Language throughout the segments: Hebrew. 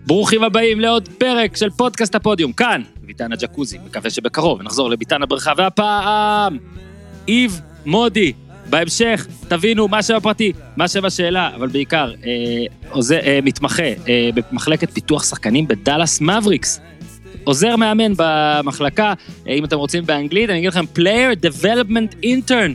ברוכים הבאים לעוד פרק של פודקאסט הפודיום, כאן, ביתן הג'קוזי, מקווה שבקרוב, נחזור לביתן הברכה, והפעם, איב מודי, בהמשך, תבינו מה שם הפרטי, מה שם השאלה, אבל בעיקר, מתמחה במחלקת פיתוח שחקנים בדלס מבריקס, עוזר מאמן במחלקה, אם אתם רוצים באנגלית, אני אגיד לכם, Player Development Intern,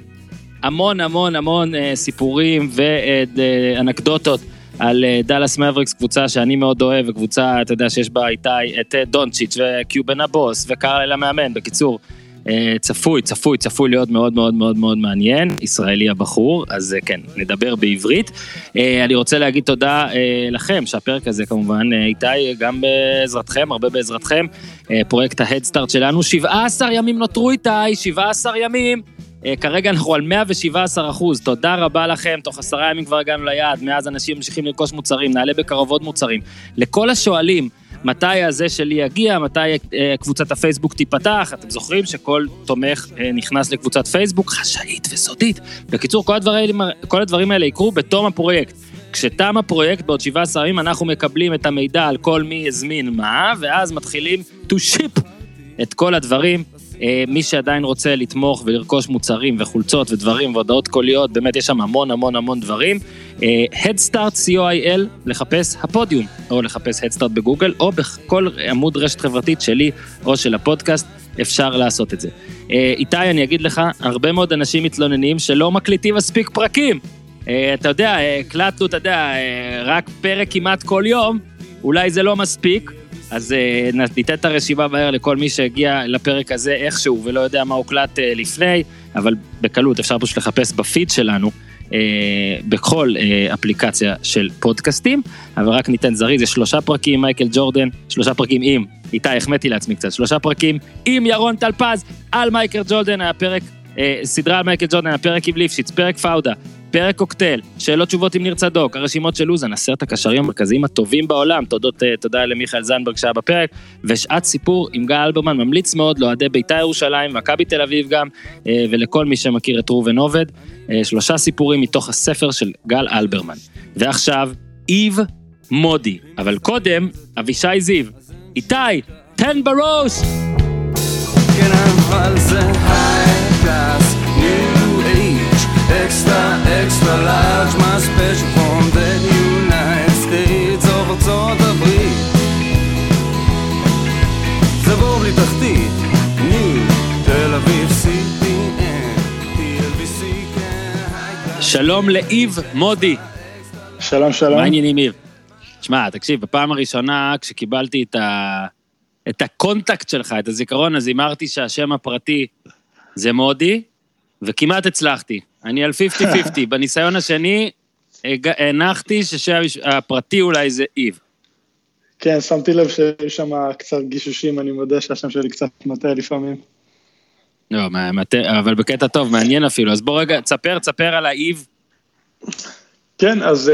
המון סיפורים ואנקדוטות, על דלס מבריקס, קבוצה שאני מאוד אוהב, וקבוצה, אתה יודע, שיש בה איתי את דונצ'יץ' וקיובן הבוס, וקרל המאמן, בקיצור, צפוי להיות מאוד מאוד מאוד מאוד מעניין, ישראלי הבחור, אז כן, נדבר בעברית. אני רוצה להגיד תודה לכם, שהפרק הזה כמובן, איתי, גם בעזרתכם, הרבה בעזרתכם, פרויקט ההדסטארט שלנו, 17 ימים נותרו איתי, 17 ימים, כרגע אנחנו על 117%, תודה רבה לכם, תוך 10 ימים כבר הגענו ליעד, מאז אנשים ממשיכים לרכוש מוצרים, נעלה בקרוב עוד מוצרים. לכל השואלים, מתי הזה שלי יגיע, מתי קבוצת הפייסבוק תיפתח, אתם זוכרים שכל תומך נכנס לקבוצת פייסבוק, חשאית וסודית. בקיצור, כל הדברים האלה יקרו בתום הפרויקט. כשתם הפרויקט בעוד 17 ימים, אנחנו מקבלים את המידע על כל מי הזמין מה, ואז מתחילים to ship את כל הדברים. מי שעדיין רוצה לתמוך ולרכוש מוצרים וחולצות ודברים והודעות קוליות, באמת יש שם המון דברים. Headstart COIL, לחפש הפודיום, או לחפש Headstart בגוגל, או בכל עמוד רשת חברתית שלי, או של הפודקאסט, אפשר לעשות את זה. איתי, אני אגיד לך, הרבה מאוד אנשים מתלוננים שלא מקליטים מספיק פרקים. אתה יודע, הקלטנו, אתה יודע, רק פרק כמעט כל יום, אולי זה לא מספיק, אז ניתן את הרשימה מהר לכל מי שהגיע לפרק הזה איכשהו, ולא יודע מה הוקלט לפני, אבל בקלות אפשר פשוט לחפש בפיד שלנו, בכל אפליקציה של פודקאסטים, אבל רק ניתן זריז, יש 3 פרקים עם מייקל ג'ורדן, 3 פרקים עם, איתי, החמאתי לעצמי קצת, 3 פרקים עם ירון טלפז, על מייקל ג'ורדן, הפרק, סדרה על מייקל ג'ורדן, הפרק עם ליפשיץ, פרק פאודה, פרק קוקטייל, שאלות תשובות עם ניר צדוק, הרשימות של לוזן, 10 הקשרים המרכזיים הטובים בעולם, תודה למיכאל זנברג שהיה בפרק, ושעת סיפור עם גל אלברמן, ממליץ מאוד לאוהדי בית"ר ירושלים, מכבי תל אביב גם, ולכל מי שמכיר את ראובן עובד, 3 סיפורים מתוך הספר של גל אלברמן. ועכשיו, איב מודי, אבל קודם, אבישי זיו, איתי, תן בראש! כן, אבל זה high class, new age, extra large, my special from the United States of ארצות הברית. זה בור בלי תחתית, new, תל אביב, CPN, TLBC, כן, high class. שלום לאיב מודי. שלום. מה העניינים איב? תשמע, תקשיב, בפעם הראשונה כשקיבלתי את הקונטקט שלך, את הזיכרון, אז אמרתי שהשם הפרטי זה מודי, וכמעט הצלחתי. אני על 50-50. בניסיון השני, הנחתי שהפרטי אולי זה איב. כן, שמתי לב שיש שם קצת גישושים, אני מודה שהשם שלי קצת מטעה לפעמים. לא, אבל בקטע טוב, מעניין אפילו. אז בוא רגע, תספר על האיב. כן, אז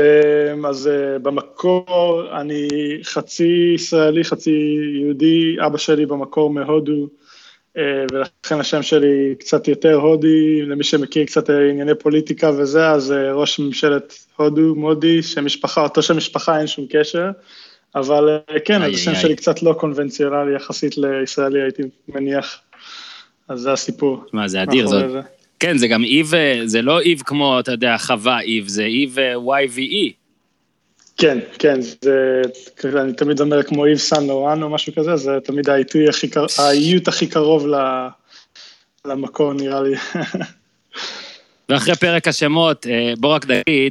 במקור אני חצי ישראלי, חצי יהודי, אבא שלי במקור מהודו, ולכן השם שלי קצת יותר הודי, למי שמכיר קצת ענייני פוליטיקה וזה, אז ראש ממשלת הודו, מודי, שמשפחה, אותו שמשפחה אין שום קשר, אבל כן, אז השם שלי קצת לא קונבנציונלי, יחסית לישראלי הייתי מניח, אז זה הסיפור. מה, זה אדיר, כן, זה גם איב, זה לא איב כמו, אתה יודע, חווה איב, זה איב YVE. כן, אני תמיד אומר כמו איב סן לורן או משהו כזה, זה תמיד האיות הכי קרוב למקור נראה לי. ואחרי פרק השמות, בוא רק נגיד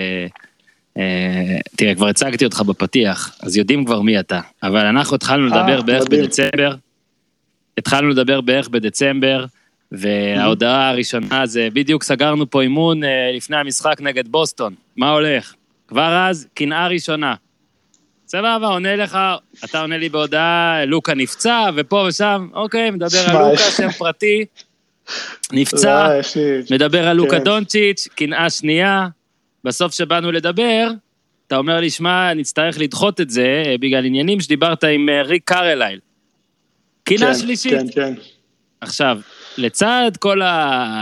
תראה, כבר הצגתי אותך בפתיח, אז יודעים כבר מי אתה, אבל אנחנו התחלנו לדבר בערך בדצמבר, וההודעה הראשונה זה, בדיוק סגרנו פה אימון לפני המשחק נגד בוסטון, מה הולך? כבר אז, קנאה ראשונה. סבבה, עונה לך, אתה עונה לי בהודעה, לוקה נפצע, ופה ושם, אוקיי, מדבר על לוקה, שם פרטי, נפצע, מדבר על לוקה דונצ'יץ', קנאה שנייה, בסוף שבאנו לדבר, אתה אומר לי, שמע, נצטרך לדחות את זה, בגלל עניינים שדיברת עם ריק קרלייל. קנאה שלישית. כן. עכשיו, לצד כל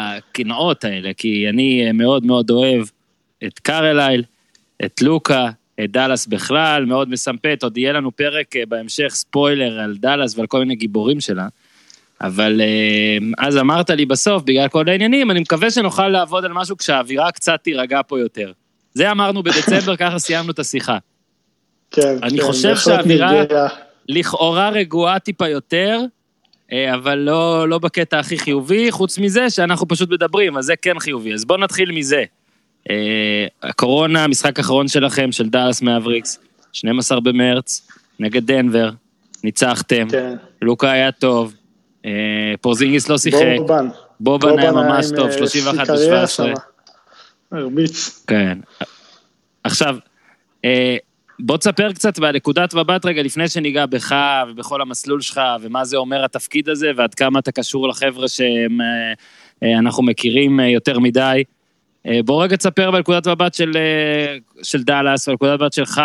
הקנאות האלה, כי אני מאוד מאוד אוהב את קרלייל, את לוקה, דלס בכלל, מאוד מסמפת, עוד יהיה לנו פרק בהמשך ספוילר על דלס ועל כל מיני גיבורים שלה, אבל אז אמרת לי בסוף, בגלל כל העניינים, אני מקווה שנוכל לעבוד על משהו כשהאווירה קצת תירגע פה יותר. זה אמרנו בדצמבר, ככה סיימנו את השיחה. כן, אני חושב שהאווירה לכאורה רגועה טיפה יותר, אבל לא בקטע הכי חיובי, חוץ מזה שאנחנו פשוט מדברים, אז זה כן חיובי. אז בואו נתחיל מזה. הקורונה, המשחק האחרון שלכם, של דאלאס מאבריקס, 12 במרץ, נגד דנבר, ניצחתם, לוקה היה טוב, פורזינגיס לא שיחק, בובן היה ממש טוב, 31-17. הרביץ. כן. עכשיו, בוא תספר קצת בנקודת מבט רגע, לפני שניגע בך ובכל המסלול שלך, ומה זה אומר התפקיד הזה, ועד כמה אתה קשור לחבר'ה שאנחנו מכירים יותר מדי. בוא רגע תספר בנקודת מבט של דאלאס, בנקודת מבט שלך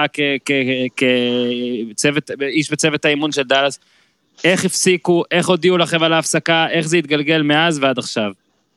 איש בצוות האימון של דאלאס, איך הפסיקו, איך הודיעו לכם על ההפסקה, איך זה התגלגל מאז ועד עכשיו?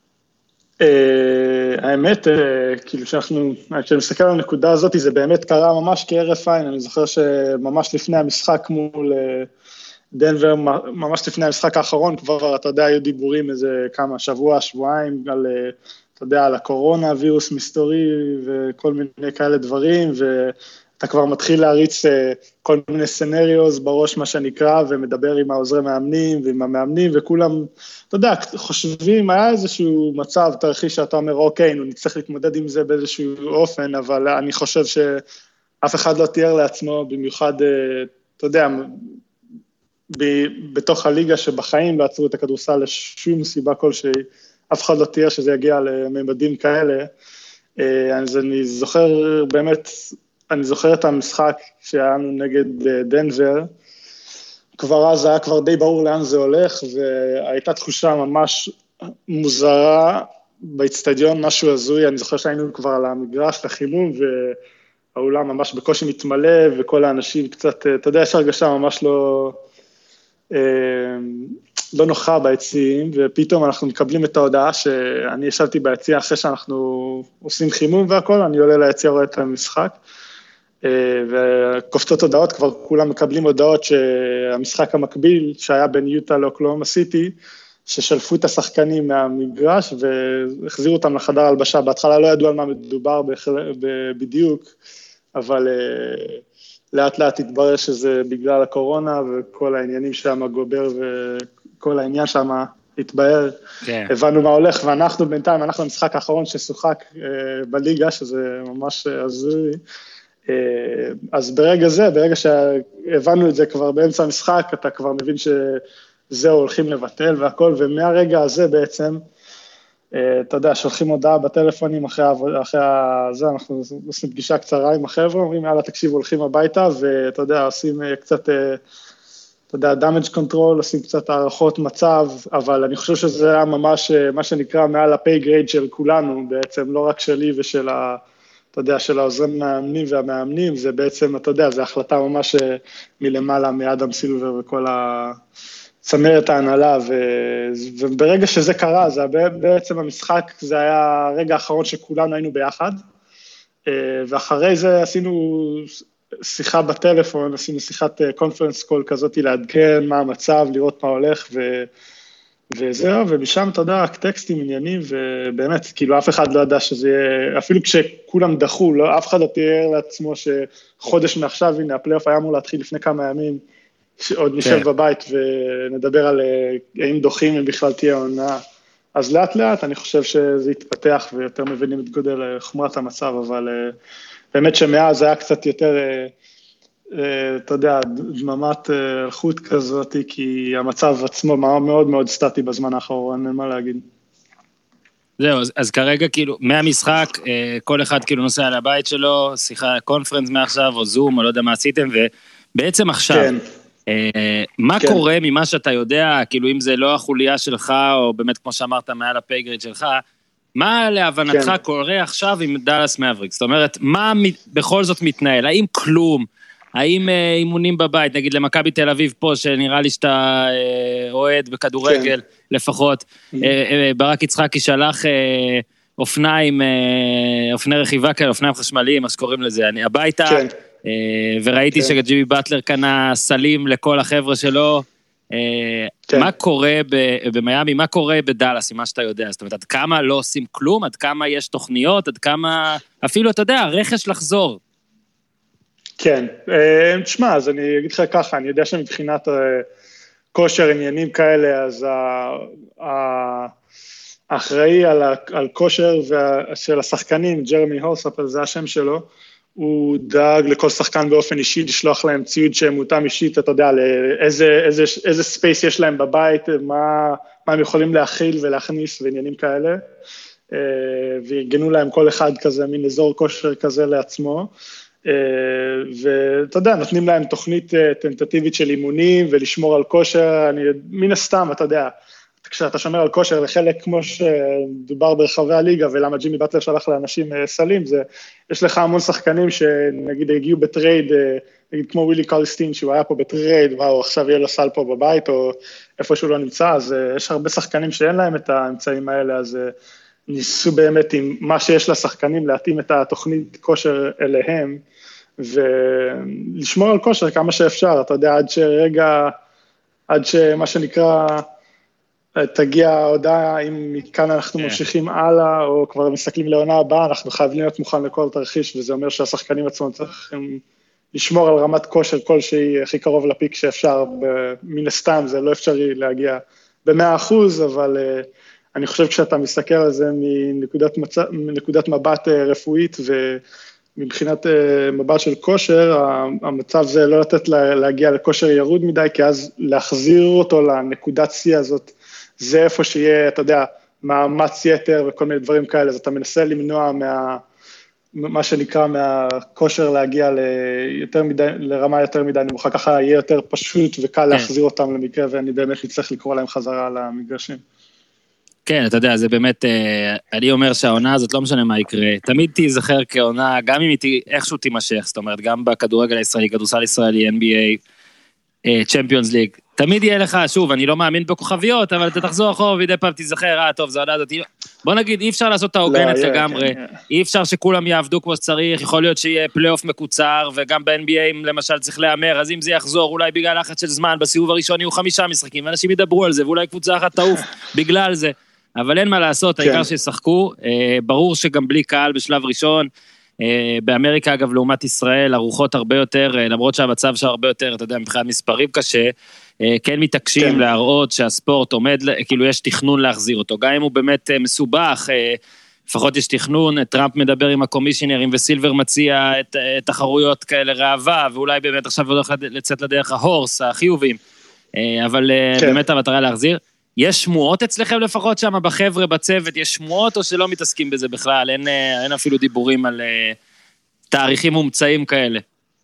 האמת, כאילו כשאני מסתכל על הנקודה הזאת, זה באמת קרה ממש כערב עין, אני זוכר שממש לפני המשחק מול דנבר, ממש לפני המשחק האחרון, כבר אתה יודע, היו דיבורים איזה כמה, שבועיים, על, אתה יודע, על הקורונה, וירוס מסתורי וכל מיני כאלה דברים, ואתה כבר מתחיל להריץ כל מיני סנריוס בראש, מה שנקרא, ומדבר עם העוזרי מאמנים ועם המאמנים, וכולם, אתה יודע, חושבים, היה איזשהו מצב תרחיש שאתה אומר, אוקיי, נו, נצטרך להתמודד עם זה באיזשהו אופן, אבל אני חושב שאף אחד לא תיאר לעצמו, במיוחד, אתה יודע, בתוך הליגה שבחיים לא עצרו את הכדורסל לשום סיבה כלשהי, אף אחד לא תיאר שזה יגיע לממדים כאלה, אז אני זוכר באמת, אני זוכר את המשחק שהיה לנו נגד דנבר, כבר אז היה כבר די ברור לאן זה הולך, והייתה תחושה ממש מוזרה באצטדיון, משהו הזוי, אני זוכר שהיינו כבר על המגרש לחימום, והאולם ממש בקושי מתמלא, וכל האנשים קצת, אתה יודע, יש הרגשה ממש לא נוחה ביציעים, ופתאום אנחנו מקבלים את ההודעה שאני ישבתי ביציע אחרי שאנחנו עושים חימום והכל, אני עולה ליציע רואה את המשחק, וקופצות הודעות, כבר כולם מקבלים הודעות שהמשחק המקביל שהיה בין יוטה לאוקלהומה סיטי, ששלפו את השחקנים מהמגרש והחזירו אותם לחדר הלבשה, בהתחלה לא ידעו על מה מדובר בדיוק, אבל לאט לאט התברר שזה בגלל הקורונה וכל העניינים שם גובר וכל העניין שם התבהר, הבנו מה הולך, ואנחנו בינתיים, אנחנו המשחק האחרון ששוחק בליגה, שזה ממש הזוי, אז ברגע שהבנו את זה כבר באמצע המשחק, אתה כבר מבין שזהו הולכים לבטל והכל, ומהרגע הזה בעצם, אתה יודע, שולחים הודעה בטלפונים אחרי זה, אנחנו עושים פגישה קצרה עם החבר'ה, אומרים, יאללה, תקשיבו, הולכים הביתה, ואתה יודע, עושים קצת, אתה יודע, damage control, עושים קצת הערכות מצב, אבל אני חושב שזה היה ממש, מה שנקרא, מעל הפי גרייד של כולנו, בעצם, לא רק שלי ושל אתה יודע, של העוזרים מאמנים והמאמנים, זה בעצם, אתה יודע, זה החלטה ממש מלמעלה, מאדם סילבר וכל צמרת ההנהלה, וברגע שזה קרה, זה בעצם המשחק, זה היה הרגע האחרון שכולנו היינו ביחד, ואחרי זה עשינו שיחה בטלפון, עשינו שיחת קונפרנס קול כזאת, לעדכן מה המצב, לראות מה הולך, וזהו, ומשם אתה יודע, טקסטים, עניינים, ובאמת, כאילו אף אחד לא ידע שזה יהיה, אפילו כשכולם דחו, לא, אף אחד לא תיאר לעצמו שחודש מעכשיו, הנה, הפלייאוף היה אמור להתחיל לפני כמה ימים, עוד נשב בבית ונדבר על האם דוחים אם בכלל תהיה עונה, אז לאט לאט אני חושב שזה יתפתח ויותר מבינים את גודל חומרת המצב, אבל באמת שמאז היה קצת יותר, אתה יודע, דממת חוט כזאת, כי המצב עצמו מאוד מאוד סטטי בזמן האחרון, אין מה להגיד. זהו, אז כרגע כאילו, מהמשחק, כל אחד כאילו נוסע לבית שלו, שיחה קונפרנס מעכשיו, או זום, או לא יודע מה עשיתם, ובעצם עכשיו, כן. מה קורה ממה שאתה יודע, כאילו אם זה לא החוליה שלך, או באמת כמו שאמרת מעל הפייגריד שלך, מה להבנתך קורה עכשיו עם דאלאס מאבריקס? זאת אומרת, מה בכל זאת מתנהל? האם כלום? האם אימונים בבית, נגיד למכבי תל אביב פה, שנראה לי שאתה אוהד בכדורגל לפחות, ברק יצחקי שלח אופני רכיבה כאלה, אופניים חשמליים, מה שקוראים לזה, אני הביתה, וראיתי שג'ימי באטלר קנה סלים לכל החבר'ה שלו, מה קורה במיימי, מה קורה בדלס, מה שאתה יודע, זאת אומרת, עד כמה לא עושים כלום, עד כמה יש תוכניות, עד כמה, אפילו, אתה יודע, רכש לחזור. כן, תשמע, אז אני אגיד לך ככה, אני יודע שמבחינת כושר עניינים כאלה, אז האחראי על כושר של השחקנים, ג'רמי הורסאפל, זה השם שלו, הוא דאג לכל שחקן באופן אישי, לשלוח להם ציוד שהם מותאם אישית, אתה יודע, איזה ספייס יש להם בבית, מה הם יכולים להכיל ולהכניס ועניינים כאלה, וארגנו להם כל אחד כזה, מין אזור כושר כזה לעצמו, ואתה יודע, נותנים להם תוכנית טנטטיבית של אימונים ולשמור על כושר, מן הסתם, אתה יודע, כשאתה שומר על כושר לחלק כמו שדובר ברחבי הליגה, ולמה ג'ימי באטלר שלח לאנשים סלים, זה, יש לך המון שחקנים שנגיד הגיעו בטרייד, נגיד כמו ווילי קרלסטין, שהוא היה פה בטרייד, וואו, עכשיו יהיה לו סל פה בבית, או איפה שהוא לא נמצא, אז יש הרבה שחקנים שאין להם את האמצעים האלה, אז ניסו באמת עם מה שיש לשחקנים, להתאים את התוכנית כושר אליהם, ולשמור על כושר כמה שאפשר, אתה יודע, עד שמה שנקרא, תגיע ההודעה, אם מכאן אנחנו ממשיכים הלאה, או כבר מסתכלים לעונה הבאה, אנחנו חייבים להיות מוכן לכל תרחיש, וזה אומר שהשחקנים עצמם צריכים לשמור על רמת כושר כלשהי הכי קרוב לפיק שאפשר, מן הסתם זה לא אפשרי להגיע ב100%, אבל אני חושב כשאתה מסתכל על זה מנקודת מבט רפואית, ומבחינת מבט של כושר, המצב זה לא לתת להגיע לכושר ירוד מדי, כי אז להחזיר אותו לנקודת שיא הזאת, זה איפה שיהיה, אתה יודע, מאמץ יתר וכל מיני דברים כאלה, אז אתה מנסה למנוע מה שנקרא מהכושר להגיע לרמה יותר מדי נמוכה, ככה יהיה יותר פשוט וקל להחזיר אותם למקרה, ואני באמת נצטרך לקרוא להם חזרה למגרשים. כן, אתה יודע, זה באמת, אני אומר שהעונה הזאת לא משנה מה יקרה, תמיד תיזכר כעונה, גם אם היא איכשהו תימשך, זאת אומרת, גם בכדורגל הישראלי, כדורסל ישראלי, NBA, צ'מפיונס ליג, תמיד יהיה לך, שוב, אני לא מאמין בכוכביות, אבל אתה תחזור אחורה וידי פעם תיזכר, טוב, זו עונה הזאת, בוא נגיד, אי אפשר לעשות את ההוגנת לגמרי, אי אפשר שכולם יעבדו כמו שצריך, יכול להיות שיהיה פלייאוף מקוצר, וגם ב-NBA למשל צריך להיאמר, אז אם זה יחזור, אולי בגלל לחץ של זמן, בסיבוב הראשון יהיו 5 משחקים, ואנשים ידברו על זה, ואולי קבוצה אחת תעוף בגלל זה, אבל אין מה לעשות, העיקר שישחקו, ברור שגם בלי קהל בשלב ראשון, באמריקה אגב לעומת ישראל, ארוחות הרבה יותר, למרות שהמצב שם הרבה יותר, אתה יודע, מבחינת מספרים קשה, כן מתעקשים להראות שהספורט עומד, כאילו יש תכנון להחזיר אותו, גם אם הוא באמת מסובך, לפחות יש תכנון, טראמפ מדבר עם הקומישיונרים, וסילבר מציע את תחרויות כאלה רעבה, ואולי באמת עכשיו הולך לצאת לדרך ההורס, החיובים, אבל באמת המטרה להחזיר. יש שמועות אצלכם לפחות שם, בחבר'ה, בצוות, יש שמועות או שלא מתעסקים בזה בכלל? אין אפילו דיבורים על תאריכים מומצאים כאלה.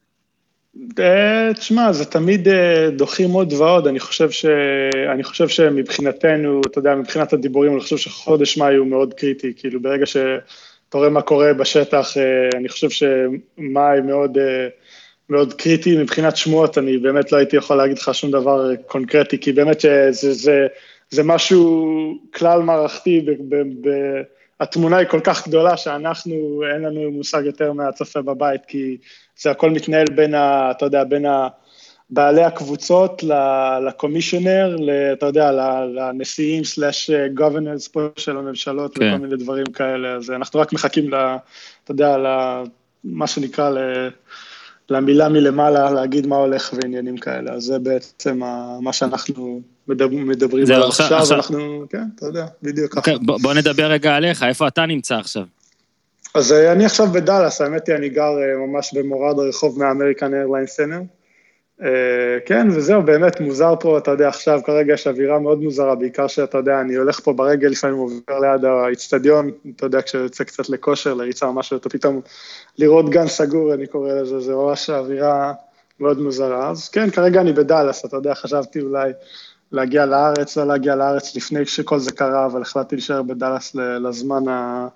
תשמע, זה תמיד דוחים עוד ועוד, אני חושב שמבחינתנו, אתה יודע, מבחינת הדיבורים, אני חושב שחודש מאי הוא מאוד קריטי, כאילו ברגע שאתה רואה מה קורה בשטח, אני חושב שמאי מאוד, מאוד קריטי, מבחינת שמועות, אני באמת לא הייתי יכול להגיד לך שום דבר קונקרטי, כי באמת זה משהו כלל מערכתי, התמונה היא כל כך גדולה שאנחנו, אין לנו מושג יותר מהצופה בבית, כי זה הכל מתנהל אתה יודע, בין בעלי הקבוצות לקומישיונר, אתה יודע, לנשיאים /governors פה של הממשלות, וכל מיני דברים כאלה, אז אנחנו רק מחכים אתה יודע, מה שנקרא למילה מלמעלה, להגיד מה הולך ועניינים כאלה, אז זה בעצם מה שאנחנו מדברים על עכשיו, אנחנו, כן, אתה יודע, בדיוק ככה. בוא נדבר רגע עליך, איפה אתה נמצא עכשיו? אז אני עכשיו בדלס, האמת היא, אני גר ממש במורד הרחוב מהאמריקן איירליין סנטר, כן, וזהו, באמת מוזר פה, אתה יודע, עכשיו כרגע יש אווירה מאוד מוזרה, בעיקר שאתה יודע, אני הולך פה ברגל, לפעמים עובר ליד האצטדיון, אתה יודע, כשיוצא קצת לכושר, לריצה משהו, אתה פתאום לראות גן סגור, אני קורא לזה, זה ממש אווירה מאוד מוזרה, אז כן, כרגע אני בדלס, אתה יודע, חשבתי אולי להגיע לארץ, לא להגיע לארץ לפני שכל זה קרה, אבל החלטתי להישאר בדלס לזמן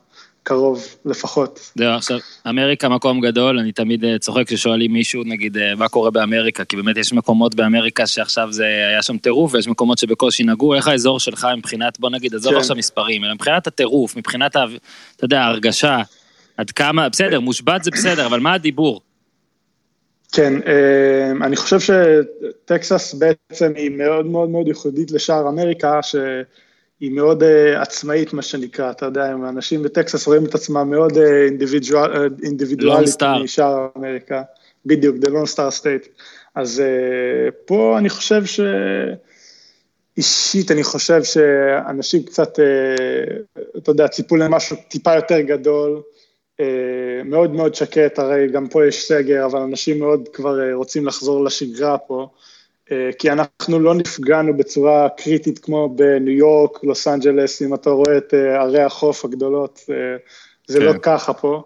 קרוב לפחות. זהו, עכשיו, אמריקה מקום גדול, אני תמיד צוחק כששואלים מישהו, נגיד, מה קורה באמריקה, כי באמת יש מקומות באמריקה שעכשיו זה היה שם טירוף, ויש מקומות שבקושי נגעו, איך האזור שלך מבחינת, בוא נגיד, עזוב עכשיו מספרים, אלא מבחינת הטירוף, מבחינת, אתה יודע, ההרגשה, עד כמה, בסדר, מושבת זה בסדר, אבל מה הדיבור? כן, אני חושב שטקסס בעצם היא מאוד מאוד מאוד ייחודית לשאר אמריקה, שהיא מאוד עצמאית, מה שנקרא, אתה יודע, אנשים בטקסס רואים את עצמם מאוד אינדיבידואלית משאר אמריקה, בדיוק, the lone star state. אז פה אני חושב אישית, אני חושב שאנשים קצת, אתה יודע, ציפו למשהו טיפה יותר גדול, מאוד מאוד שקט, הרי גם פה יש סגר, אבל אנשים מאוד כבר רוצים לחזור לשגרה פה, כי אנחנו לא נפגענו בצורה קריטית כמו בניו יורק, לוס אנג'לס, אם אתה רואה את ערי החוף הגדולות, זה לא ככה פה.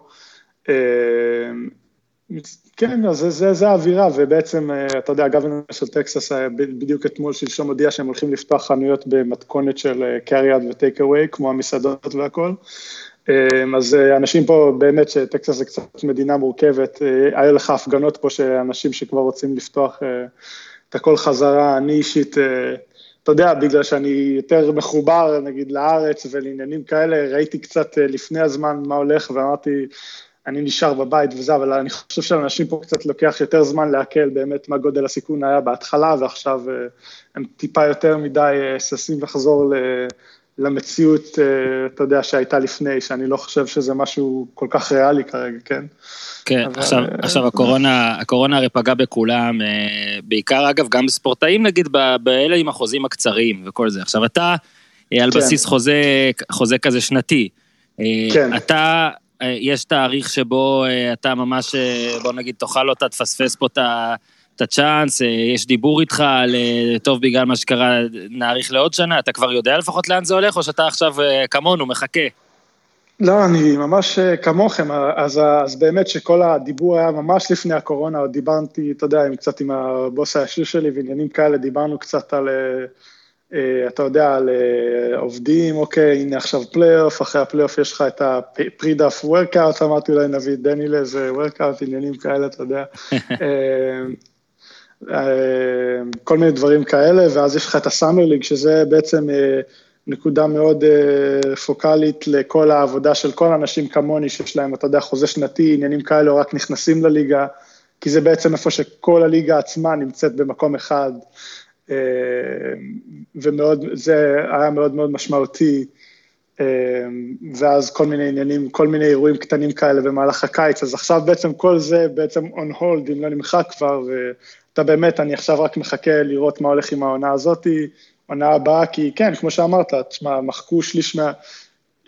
כן, אז זה האווירה, ובעצם, אתה יודע, הגוונר של טקסס, בדיוק אתמול שלשום הודיע שהם הולכים לפתוח חנויות במתכונת של carry out ו-take away, כמו המסעדות והכל. אז אנשים פה באמת שטקסס זה קצת מדינה מורכבת, היה לך הפגנות פה שאנשים שכבר רוצים לפתוח את הכל חזרה, אני אישית, אתה יודע, בגלל שאני יותר מחובר נגיד לארץ ולעניינים כאלה, ראיתי קצת לפני הזמן מה הולך ואמרתי, אני נשאר בבית וזה, אבל אני חושב שאנשים פה קצת לוקח יותר זמן להקל באמת מה גודל הסיכון היה בהתחלה, ועכשיו הם טיפה יותר מדי ססים לחזור למציאות, אתה יודע, שהייתה לפני, שאני לא חושב שזה משהו כל כך ריאלי כרגע, כן? כן, עכשיו הקורונה הרי פגעה בכולם, בעיקר אגב גם בספורטאים נגיד, באלה עם החוזים הקצרים וכל זה. עכשיו אתה על בסיס חוזה כזה שנתי, אתה, יש תאריך שבו אתה ממש, בוא נגיד, תוכל לא תפספס פה את הצ'אנס, יש דיבור איתך על טוב בגלל מה שקרה, נאריך לעוד שנה, אתה כבר יודע לפחות לאן זה הולך, או שאתה עכשיו כמונו מחכה? לא, אני ממש כמוכם, אז באמת שכל הדיבור היה ממש לפני הקורונה, עוד דיברתי, אתה יודע, קצת עם הבוס הישיר שלי, ועניינים כאלה, דיברנו קצת על, אתה יודע, על עובדים, אוקיי, הנה עכשיו פלייאוף, אחרי הפלייאוף יש לך את הפרידאף וורקאוט, אמרתי אולי נביא דני לאיזה וורקאוט, עניינים כאלה, אתה יודע, כל מיני דברים כאלה, ואז יש לך את הסאמר ליג, שזה בעצם נקודה מאוד פוקלית לכל העבודה של כל האנשים כמוני, שיש להם, אתה יודע, חוזה שנתי, עניינים כאלה, או רק נכנסים לליגה, כי זה בעצם איפה שכל הליגה עצמה נמצאת במקום אחד, ומאוד, זה היה מאוד מאוד משמעותי, ואז כל מיני עניינים, כל מיני אירועים קטנים כאלה במהלך הקיץ, אז עכשיו בעצם כל זה בעצם on hold, אם לא נמחק כבר, ואתה באמת, אני עכשיו רק מחכה לראות מה הולך עם העונה הזאת, עונה הבאה, כי כן, כמו שאמרת, תשמע, מחקו שליש 30-40%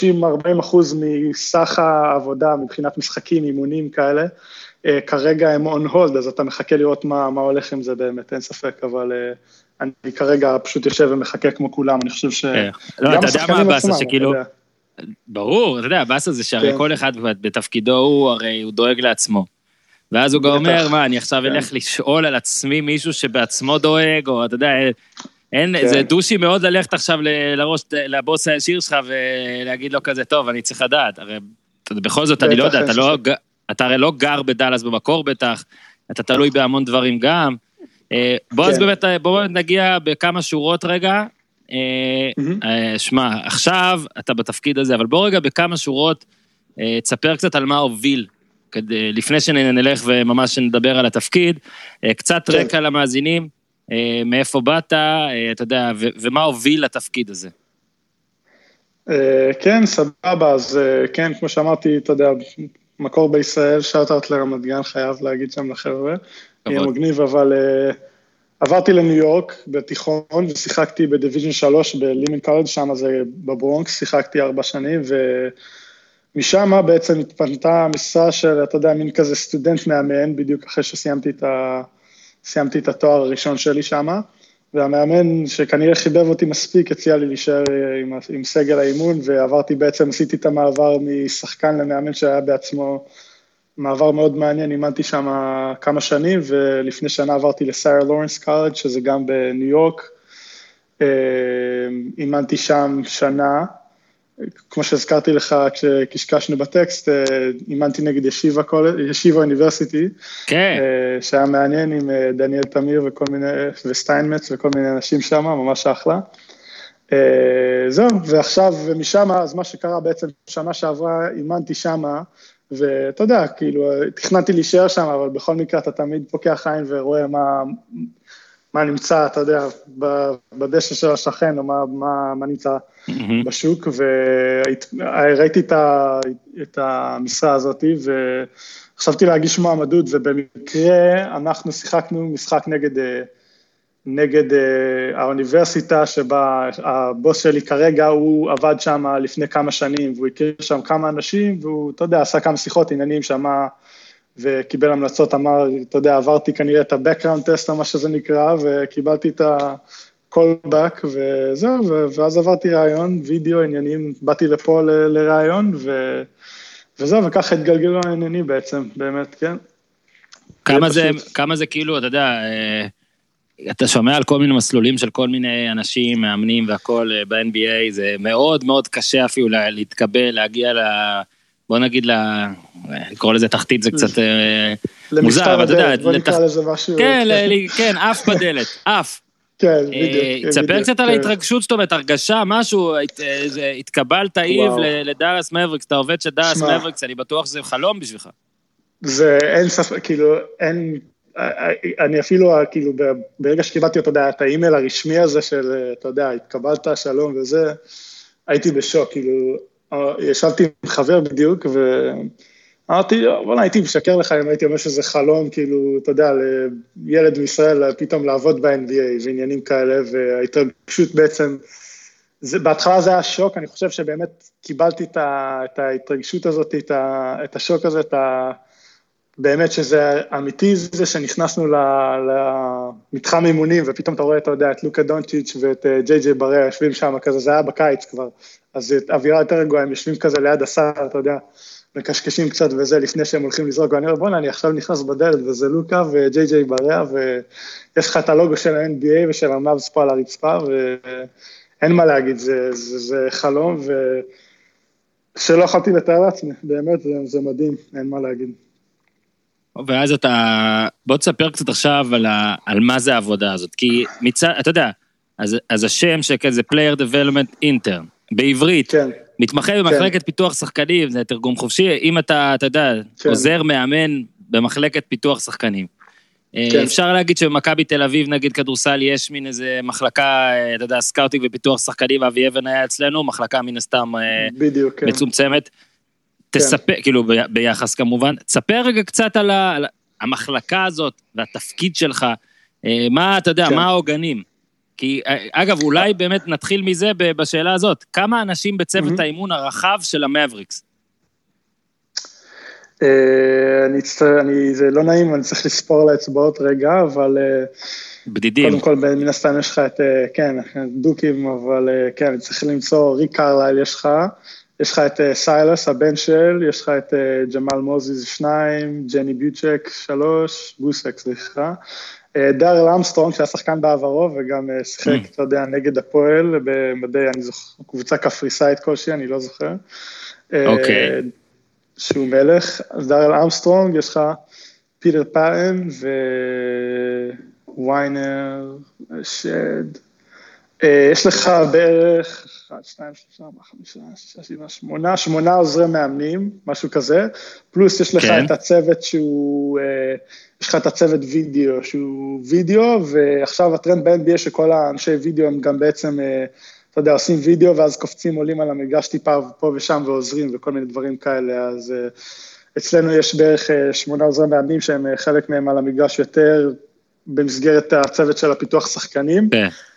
מסך העבודה, מבחינת משחקים, אימונים כאלה, כרגע הם on hold, אז אתה מחכה לראות מה הולך עם זה באמת, אין ספק, אבל אני כרגע פשוט יושב ומחכה כמו כולם, אני חושב ש... לא, אתה יודע מה הבאסה שכאילו... ברור, אתה יודע, הבאסה זה שהרי כל אחד בתפקידו הוא, הרי הוא דואג לעצמו. ואז הוא גם אומר, מה, אני עכשיו אלך לשאול על עצמי מישהו שבעצמו דואג, או אתה יודע, זה דושי מאוד ללכת עכשיו לבוס הישיר שלך, ולהגיד לו כזה, טוב, אני צריך לדעת, הרי בכל זאת, אני לא יודע, אתה הרי לא גר בדלס במקור בטח, אתה תלוי בהמון דברים גם, בוא אז באמת, בוא נגיע בכמה שורות רגע, שמע, עכשיו אתה בתפקיד הזה, אבל בוא רגע בכמה שורות, תספר קצת על מה הוביל, לפני שנלך וממש נדבר על התפקיד, קצת רקע למאזינים, מאיפה באת, אתה יודע, ומה הוביל לתפקיד הזה? כן, סבבה, אז כן, כמו שאמרתי, אתה יודע, מקור בישראל, שאוט לרמת גן, חייב להגיד שם לחבר'ה, יהיה מגניב, אבל עברתי לניו יורק בתיכון, ושיחקתי בדיוויז'ן 3 בלימן קולג', שם זה בברונקס, שיחקתי 4 שנים, ומשם בעצם התפנתה משרה של, אתה יודע, מין כזה סטודנט מאמן, בדיוק אחרי שסיימתי את התואר הראשון שלי שם, והמאמן שכנראה חיבב אותי מספיק, הציע לי להישאר עם סגל האימון, ועברתי בעצם, עשיתי את המעבר משחקן למאמן שהיה בעצמו, מעבר מאוד מעניין, אימנתי שם כמה שנים, ולפני שנה עברתי לסייר לורנס קולג' שזה גם בניו יורק, אימנתי שם שנה, כמו שהזכרתי לך כשקשקשנו בטקסט, אימנתי נגד ישיבה אוניברסיטי, כן. שהיה מעניין עם דניאל תמיר וסטיינמץ וכל מיני אנשים שם, ממש אחלה. זהו, ועכשיו ומשם, אז מה שקרה בעצם שנה שעברה, אימנתי שם, ואתה יודע, כאילו, תכננתי להישאר שם, אבל בכל מקרה אתה תמיד פוקח עין ורואה מה נמצא, אתה יודע, בדשא של השכן, או מה נמצא בשוק, וראיתי את המשרה הזאת, וחשבתי להגיש מועמדות, ובמקרה אנחנו שיחקנו משחק נגד האוניברסיטה, שבה הבוס שלי כרגע, הוא עבד שם לפני כמה שנים, והוא הכיר שם כמה אנשים, והוא, אתה יודע, עשה כמה שיחות עניינים שם, וקיבל המלצות, אמר, אתה יודע, עברתי כנראה את ה-background test, או מה שזה נקרא, וקיבלתי את ה-callback, וזהו, ואז עברתי רעיון, וידאו, עניינים, באתי לפה לרעיון, וזהו, וככה התגלגלו העניינים בעצם, באמת, כן. כמה זה כאילו, אתה יודע, אתה שומע על כל מיני מסלולים של כל מיני אנשים, מאמנים והכל ב-NBA, זה מאוד מאוד קשה אפילו להתקבל, להגיע בוא נגיד לקרוא לזה תחתית, זה קצת מוזר, אבל אתה יודע, בוא נקרא לזה משהו. כן, אף בדלת, אף. כן, בדיוק. תספר קצת על ההתרגשות, זאת אומרת, הרגשה, משהו, התקבלת איב לדאלאס מבריקס, אתה עובד של דאלאס מבריקס, אני בטוח שזה חלום בשבילך. זה אין ספק, כאילו, אני אפילו, כאילו, ברגע שקיבלתי, אתה יודע, את האימייל הרשמי הזה של, אתה יודע, התקבלת, שלום וזה, הייתי בשוק, כאילו, ישבתי עם חבר בדיוק, ואמרתי, בוא'נה, הייתי משקר לך אם הייתי אומר שזה חלום, כאילו, אתה יודע, לילד מישראל פתאום לעבוד ב-NBA ועניינים כאלה, וההתרגשות בעצם, בהתחלה זה היה שוק, אני חושב שבאמת קיבלתי את ההתרגשות הזאת, את השוק הזה, באמת שזה אמיתי, זה שנכנסנו למתחם אימונים, ופתאום אתה רואה, אתה יודע, את לוקה דונצ'יץ' ואת ג'יי בריה, יושבים שם כזה, זה היה בקיץ כבר, אז אווירה יותר רגועה, הם יושבים כזה ליד הסל, אתה יודע, מקשקשים קצת וזה, לפני שהם הולכים לזרוק, ואני אומר, בוא'נה, אני עכשיו נכנס בדלת, וזה לוקה וג'יי בריה, ויש לך את הלוגו של ה-NBA ושל המאבס פה על הרצפה, ואין מה להגיד, זה חלום, שלא יכולתי לתאר לעצמי, באמת, זה מדהים, אין מה להגיד. ואז בוא תספר קצת עכשיו על מה זה העבודה הזאת, כי אתה יודע, אז השם שכזה Player Development Intern, בעברית, כן. מתמחה במחלקת פיתוח שחקנים, זה תרגום חופשי, אם אתה יודע, עוזר מאמן במחלקת פיתוח שחקנים. אפשר להגיד שבמכבי תל אביב, נגיד כדורסל, יש מין איזה מחלקה, אתה יודע, סקאוטינג ופיתוח שחקנים, אבי אבן היה אצלנו, מחלקה מן הסתם מצומצמת, תספר, כאילו ביחס כמובן, תספר רגע קצת על המחלקה הזאת, והתפקיד שלך, מה אתה יודע, מה העוגנים? כי אגב, אולי באמת נתחיל מזה בשאלה הזאת, כמה אנשים בצוות האימון הרחב של המבריקס? זה לא נעים, אני צריך לספור על האצבעות רגע, אבל בדידים. קודם כל, מן הסתם יש לך את, כן, דוקים, אבל כן, אני צריך למצוא, ריק קרלייל יש לך את סיילס, הבן של, יש לך את ג'מאל מוזיז 2, ג'ני ביוצ'ק 3, בוסק, סליחה, דארל אמסטרונג, שהיה שחקן בעברו, וגם שיחק, אתה יודע, נגד הפועל, במדעי, אני זוכר, קבוצה קפריסאית כלשהי, אני לא זוכר. אוקיי. שהוא מלך, אז דארל אמסטרונג, יש לך פיטר פאטן, וויינר, שד, יש לך בערך 1, 2, 3, 4, 5, 6, 7, 8 עוזרי מאמנים, משהו כזה, פלוס יש לך את הצוות שהוא, יש לך את הצוות וידאו, שהוא וידאו, ועכשיו הטרנד ב-NBA שכל האנשי וידאו הם גם בעצם, אתה יודע, עושים וידאו, ואז קופצים, עולים על המגרש טיפה פה ושם ועוזרים, וכל מיני דברים כאלה, אז אצלנו יש בערך 8 עוזרי מאמנים, שהם חלק מהם על המגרש יותר, במסגרת הצוות של הפיתוח שחקנים,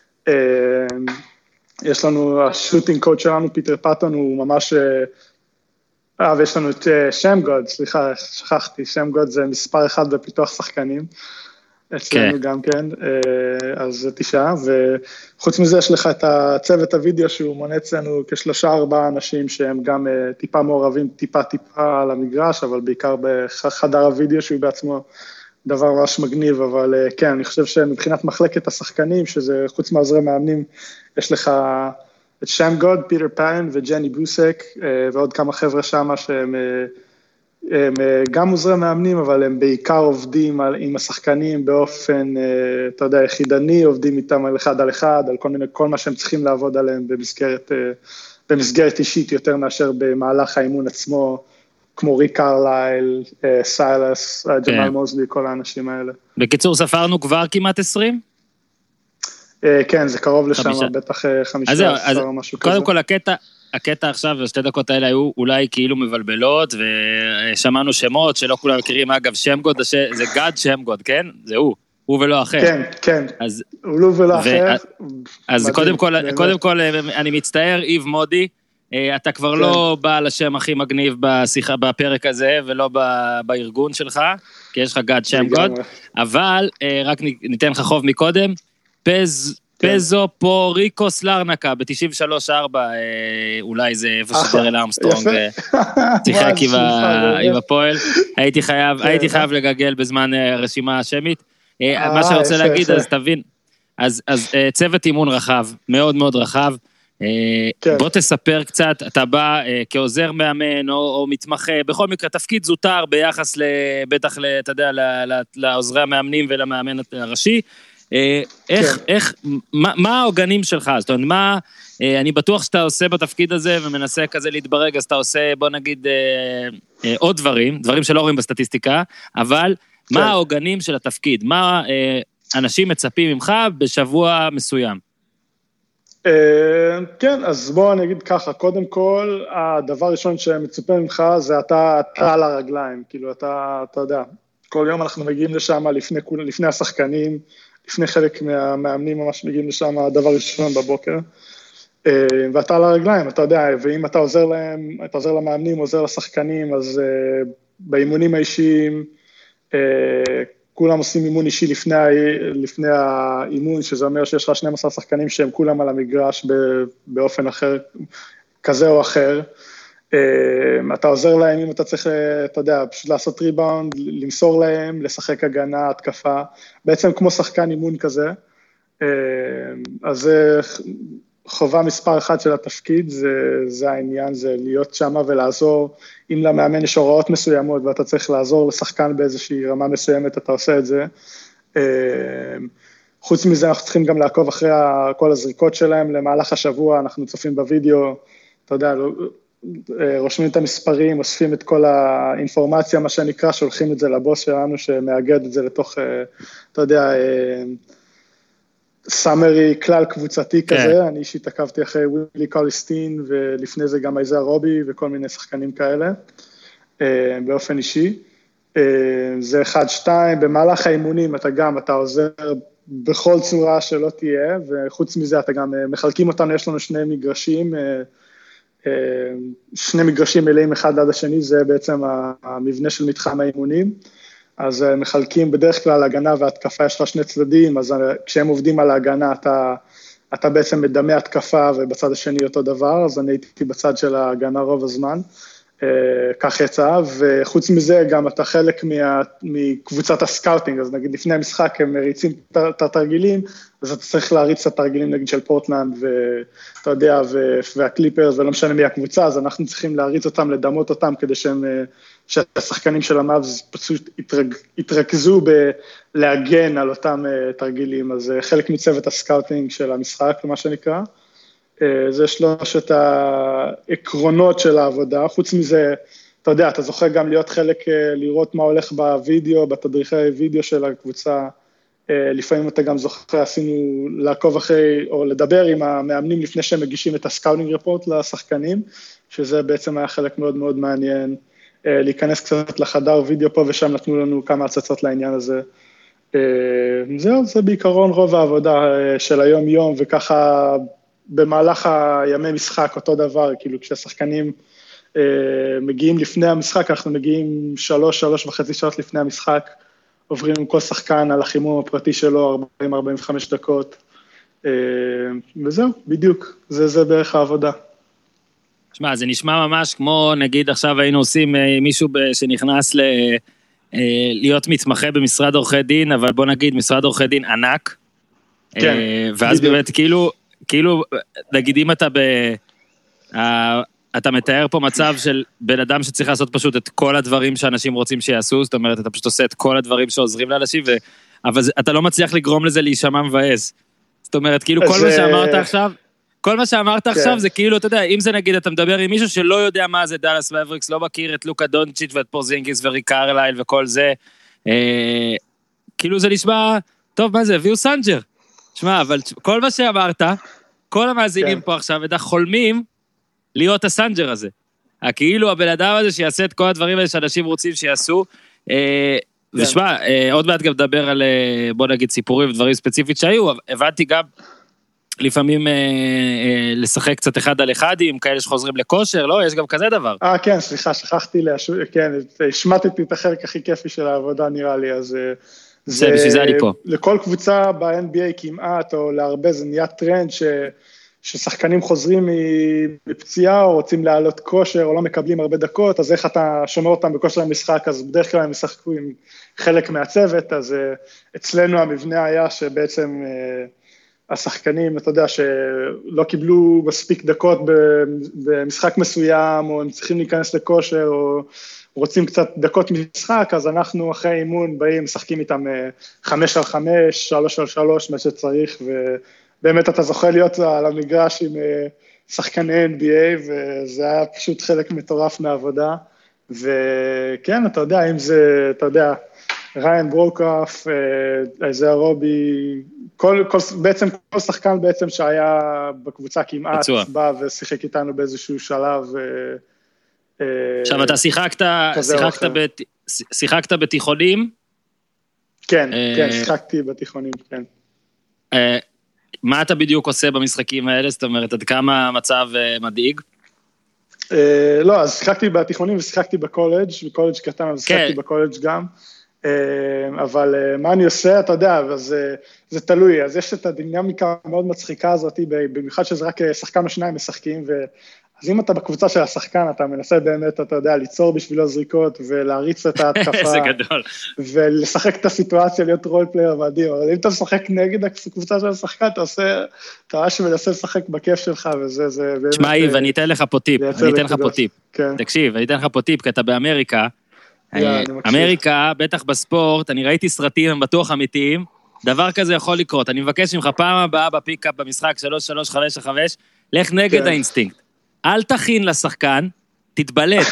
יש לנו, השוטינג קוד שלנו, פיטר פאטון, הוא ממש, ויש לנו את שם גוד, סליחה, שכחתי, שם גוד זה מספר 1 בפיתוח שחקנים, אצלנו גם כן, אז זה 9, וחוץ מזה יש לך את הצוות הוידאו, שהוא מונה אצלנו כ3-4 אנשים, שהם גם טיפה מעורבים, טיפה על המגרש, אבל בעיקר בחדר הוידאו, שהוא בעצמו דבר ממש מגניב, אבל כן, אני חושב שמבחינת מחלקת השחקנים, שזה חוץ מעוזרי מאמנים, יש לך את שם גוד, פיטר פן וג'ני בוסק, ועוד כמה חבר'ה שם שהם הם גם עוזרי מאמנים, אבל הם בעיקר עובדים עם השחקנים באופן, אתה יודע, יחידני, עובדים איתם על אחד על אחד, על כל מה שהם צריכים לעבוד עליהם במסגרת אישית יותר מאשר במהלך האימון עצמו, כמו ריק קרלייל, סיילס, ג'מאל מוזלי, כל האנשים האלה. בקיצור, ספרנו כבר כמעט 20? כן, זה קרוב לשם, בטח 15 או משהו כזה. קודם כל, הקטע עכשיו, בשתי דקות האלה היו אולי כאילו מבלבלות, ושמענו שמות שלא כולם מכירים, אגב, שמגוד, זה גד שמגוד, כן? זה הוא ולא אחר. כן, כן, הוא ולא אחר. אז קודם כל, אני מצטער, איב מודי, אתה כבר לא בא לשם הכי מגניב בפרק הזה, ולא בארגון שלך, כי יש לך גד שמגוד, אבל רק ניתן לך חוב מקודם, פזו פוריקוס לרנקה, ב-93-4, אולי זה איפה שדרל ארמסטרונג, שיחק עם הפועל, הייתי חייב לגגל בזמן רשימה השמית, מה שאני רוצה להגיד, אז תבין, אז צוות אימון רחב, מאוד מאוד רחב, בוא תספר קצת, אתה בא כעוזר מאמן או מתמחה, בכל מקרה תפקיד זוטר ביחס בטח, אתה יודע, לעוזרי המאמנים ולמאמן הראשי, מה העוגנים שלך? זאת אומרת, אני בטוח שאתה עושה בתפקיד הזה ומנסה כזה להתברג, אז אתה עושה, בוא נגיד, עוד דברים שלא רואים בסטטיסטיקה, אבל מה העוגנים של התפקיד? מה אנשים מצפים ממך בשבוע מסוים? כן, אז בוא אני אגיד ככה, קודם כל, הדבר הראשון שמצופה ממך זה אתה על הרגליים, כאילו אתה יודע, כל יום אנחנו מגיעים לשם לפני השחקנים, לפני חלק מהמאמנים ממש מגיעים לשם הדבר ראשון בבוקר, ואתה על הרגליים, אתה יודע, ואם אתה עוזר להם, אתה עוזר למאמנים, עוזר לשחקנים, אז באימונים האישיים, כולם עושים אימון אישי לפני האימון, שזה אומר שיש לך 12 שחקנים שהם כולם על המגרש באופן אחר, כזה או אחר, אתה עוזר להם אם אתה צריך, אתה יודע, פשוט לעשות ריבאונד, למסור להם, לשחק הגנה, התקפה, בעצם כמו שחקן אימון כזה, אז זה חובה מספר 1 של התפקיד, זה העניין, זה להיות שם ולעזור, אם למאמן יש הוראות מסוימות, ואתה צריך לעזור לשחקן באיזושהי רמה מסוימת, אתה עושה את זה, חוץ מזה אנחנו צריכים גם לעקוב אחרי כל הזריקות שלהם, למהלך השבוע אנחנו צופים בווידאו, אתה יודע, רושמים את המספרים, אוספים את כל האינפורמציה, מה שנקרא, שולחים את זה לבוס שלנו, שמאגד את זה לתוך, אתה יודע, סאמרי כלל קבוצתי כזה, אני אישית עקבתי אחרי ווילי קוליסטין, ולפני זה גם איזר רובי, וכל מיני שחקנים כאלה, באופן אישי. זה 1-2, במהלך האימונים אתה עוזר בכל צורה שלא תהיה, וחוץ מזה אתה גם מחלקים אותנו, יש לנו שני מגרשים מלאים אחד עד השני, זה בעצם המבנה של מתחם האימונים, אז מחלקים בדרך כלל הגנה והתקפה, יש לך שני צדדים, אז כשהם עובדים על ההגנה, אתה בעצם מדמה התקפה, ובצד השני אותו דבר, אז אני הייתי בצד של ההגנה רוב הזמן, כך יצא, וחוץ מזה גם אתה חלק מקבוצת הסקאוטינג, אז נגיד לפני המשחק הם מריצים את התרגילים, אז אתה צריך להריץ את התרגילים נגיד של פורטלנד, ואתה יודע, והקליפרס, ולא משנה מי הקבוצה, אז אנחנו צריכים להריץ אותם, לדמות אותם, כדי שהשחקנים של המאבס פשוט יתרכזו בלהגן על אותם תרגילים, אז חלק מצוות הסקאוטינג של המשחק, מה שנקרא, זה שלושת העקרונות של העבודה, חוץ מזה, אתה יודע, אתה זוכר גם להיות חלק, לראות מה הולך בווידאו, בתדריכי וידאו של הקבוצה, לפעמים אתה גם זוכר, עשינו לעקוב אחרי, או לדבר עם המאמנים לפני שהם מגישים את הסקאוטינג רפורט לשחקנים, שזה בעצם היה חלק מאוד מאוד מעניין, להיכנס קצת לחדר וידאו פה ושם נתנו לנו כמה הצצות לעניין הזה. זהו, זה בעיקרון רוב העבודה של היום-יום, וככה במהלך הימי משחק אותו דבר, כאילו כשהשחקנים מגיעים לפני המשחק, אנחנו מגיעים 3.5 שעות לפני המשחק, עוברים עם כל שחקן על החימום הפרטי שלו, 40-45 דקות, וזהו, בדיוק, זה בערך העבודה. תשמע, זה נשמע ממש כמו, נגיד עכשיו היינו עושים מישהו שנכנס להיות מתמחה במשרד עורכי דין, אבל בוא נגיד משרד עורכי דין ענק, כן, ואז באמת כאילו, כאילו, נגיד אם אתה מתאר פה מצב של בן אדם שצריך לעשות פשוט את כל הדברים שאנשים רוצים שיעשו, זאת אומרת, אתה פשוט עושה את כל הדברים שעוזרים לאנשים, אבל אתה לא מצליח לגרום לזה להישמע מבאס. זאת אומרת, כאילו כל מה שאמרת עכשיו זה כאילו, אתה יודע, אם זה נגיד, אתה מדבר עם מישהו שלא יודע מה זה דאלאס מבריקס, לא מכיר את לוקה דונצ'יץ' ואת פורזינגיס וריק קרלייל וכל זה, כאילו זה נשמע, טוב, מה זה, הביאו סנג'ר. שמע, אבל כל מה שאמרת, כל המאזינים פה עכשיו, ודע חולמים להיות הסנג'ר הזה. כאילו הבן אדם הזה שיעשה את כל הדברים האלה שאנשים רוצים שיעשו, ושמע, עוד מעט גם לדבר על, בוא נגיד, סיפורים ודברים ספציפית שהיו, הבנתי גם לפעמים לשחק קצת אחד על אחד, עם כאלה שחוזרים לכושר, לא? יש גם כזה דבר. כן, סליחה, שכחתי, כן, השמטתי את החלק הכי כיפי של העבודה, נראה לי, אז זה בשביל זה אני פה. לכל קבוצה ב-NBA כמעט, או להרבה, זה נהיה טרנד ששחקנים חוזרים מפציעה, או רוצים לעלות כושר, או לא מקבלים הרבה דקות, אז איך אתה שומר אותם בכושר המשחק, אז בדרך כלל הם משחקו עם חלק מהצוות, אז אצלנו המבנה היה שבעצם השחקנים, אתה יודע, שלא קיבלו מספיק דקות במשחק מסוים, או הם צריכים להיכנס לכושר, או רוצים קצת דקות משחק, אז אנחנו אחרי אימון באים, משחקים איתם 5-5, 3-3, מה שצריך, ובאמת אתה זוכה להיות על המגרש עם שחקני NBA, וזה היה פשוט חלק מטורף מהעבודה, וכן, אתה יודע, אם זה, אתה יודע, ריין ברוקאף, איזיה רובי, בעצם כל שחקן בעצם שהיה בקבוצה כמעט, בא ושיחק איתנו באיזשהו שלב, עכשיו אתה שיחקת בתיכונים? כן, שיחקתי בתיכונים, כן. מה אתה בדיוק עושה במשחקים האלה? זאת אומרת, עד כמה המצב מדאיג? לא, אז שיחקתי בתיכונים ושיחקתי בקולג' קטן, אז שיחקתי בקולג' גם. אבל מה אני עושה, אתה יודע, זה תלוי, אז יש את הדינמיקה המאוד מצחיקה הזאת, במיוחד שזה רק שחקן או שניים משחקים, אז אם אתה בקבוצה של השחקן, אתה מנסה באמת, אתה יודע, ליצור בשבילו זריקות, ולהריץ את ההתקפה, זה גדול. ולשחק את הסיטואציה, להיות רול פלייר מדהים, אבל אם אתה משחק נגד הקבוצה של השחקן, אתה ממש מנסה לשחק בכיף שלך, וזה באמת... שמע, איב, אני אתן לך פה טיפ, תקשיב, אני אתן לך פה טיפ, כי אתה באמריקה, אמריקה, בטח בספורט, אני ראיתי סרטים, הם בטוח אמיתיים, דבר כזה יכול לקרות, אני מבקש ממך פעם הבאה בפיקאפ במשחק 3-3-5-5, לך נגד האינסטינקט, אל תכין לשחקן, תתבלט,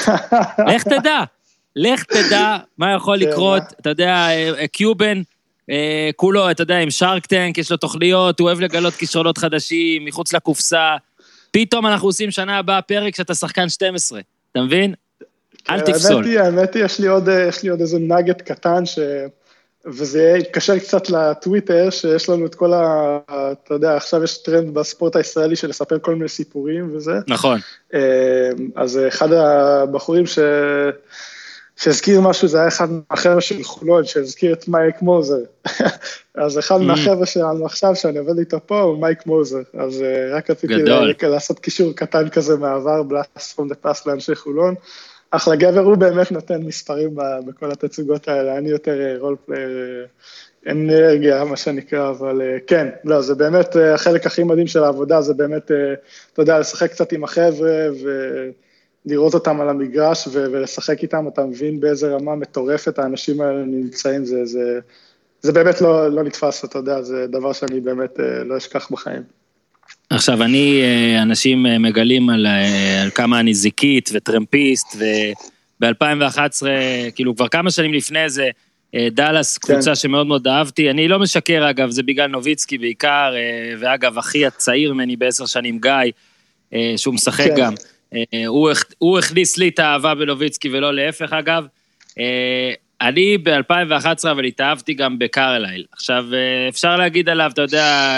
לך תדע מה יכול לקרות, אתה יודע, קיובן, כולו, אתה יודע, עם שרק טנק, יש לו תוכניות, הוא אוהב לגלות כישרונות חדשים, מחוץ לקופסה, פתאום אנחנו עושים שנה הבאה פרק שאתה שחקן 12, אתה מבין? אל תפסול. האמת היא, יש לי עוד איזה נגט קטן, וזה יתקשר קצת לטוויטר, שיש לנו את כל אתה יודע, עכשיו יש טרנד בספורט הישראלי, של לספר כל מיני סיפורים וזה. נכון. אז אחד הבחורים שהזכיר משהו, זה היה אחד מהחבר'ה של חולון, שהזכיר את מייק מוזר. אז אחד מהחבר'ה שלנו עכשיו, שאני עובד איתו פה, הוא מייק מוזר. אז רק רציתי לעשות קישור קטן כזה מעבר, בלאס from the past לאנשי חולון. אחלה גבר, הוא באמת נותן מספרים בכל התצוגות האלה, אני יותר רול פלייר, אנרגיה, מה שנקרא, אבל כן, לא, זה באמת החלק הכי מדהים של העבודה, זה באמת, אתה יודע, לשחק קצת עם החבר'ה, ולראות אותם על המגרש, ולשחק איתם, אתה מבין באיזה רמה מטורפת, האנשים האלה נמצאים, זה באמת לא נתפס, אתה יודע, זה דבר שאני באמת לא אשכח בחיים. עכשיו, אנשים מגלים על כמה אני זיקית וטרמפיסט, וב-2011, כאילו כבר כמה שנים לפני זה, דאלאס, קבוצה שמאוד מאוד אהבתי, אני לא משקר אגב, זה בגלל נוביצקי בעיקר, ואגב, אחי הצעיר ממני ב10 שנים, גיא, שהוא משחק גם, הוא הכניס לי את האהבה בנוביצקי ולא להפך אגב, אני ב-2011 אבל התאהבתי גם בקרלייל, עכשיו אפשר להגיד עליו, אתה יודע,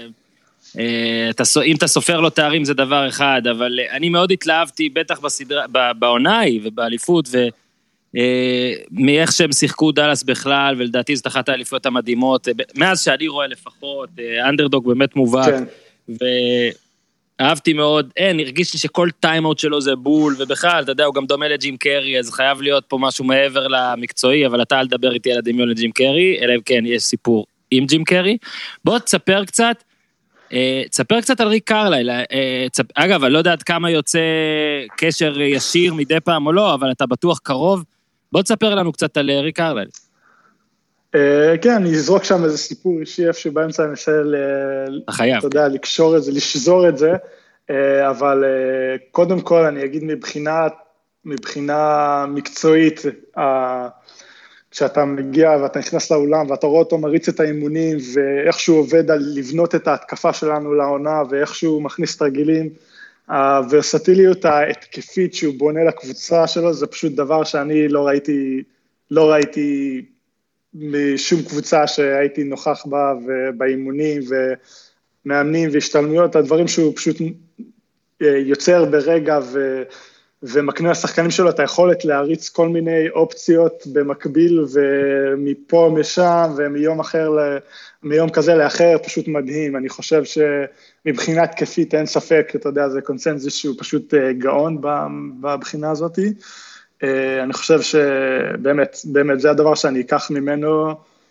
אם אתה סופר לו תארים זה דבר אחד, אבל אני מאוד התלהבתי, בטח בעוני ובאליפות, ומאיך שהם שיחקו דאלאס בכלל, ולדעתי זאת אחת האליפויות המדהימות, מאז שאני רואה לפחות, אנדרדוג באמת מובהק, ואהבתי מאוד, הרגיש לי שכל טיימאוט שלו זה בול, ובכלל, אתה יודע, הוא גם דומה לג'ים קרי, אז חייב להיות פה משהו מעבר למקצועי, אבל אתה אל תדבר איתי על הדמיון לג'ים קרי, אלא כן, יש סיפור עם ג'ים קרי. בוא תספר קצת, תספר קצת על ריק קרלייל, אגב, אני לא יודע עד כמה יוצא קשר ישיר מדי פעם או לא, אבל אתה בטוח קרוב, בוא תספר לנו קצת על ריק קרלייל. כן, אני אזרוק שם איזה סיפור אישי, איפה שבאמצע אני אנסה, אתה יודע, לקשור את זה, לשזור את זה, אבל קודם כל אני אגיד מבחינה מקצועית, כשאתה מגיע ואתה נכנס לאולם ואתה רואה אותו מריץ את האימונים ואיך שהוא עובד על לבנות את ההתקפה שלנו לעונה ואיך שהוא מכניס תרגילים, הוורסטיליות ההתקפית שהוא בונה לקבוצה שלו, זה פשוט דבר שאני לא ראיתי משום קבוצה שהייתי נוכח בה ובאימונים ומאמנים והשתלמויות, הדברים שהוא פשוט יוצר ברגע ומקנה לשחקנים שלו את היכולת להריץ כל מיני אופציות במקביל ומפה משם ומיום כזה לאחר, פשוט מדהים. אני חושב שמבחינה תקפית אין ספק, אתה יודע, זה קונצנזוס שהוא פשוט גאון בבחינה הזאת. אני חושב שבאמת זה הדבר שאני אקח ממנו,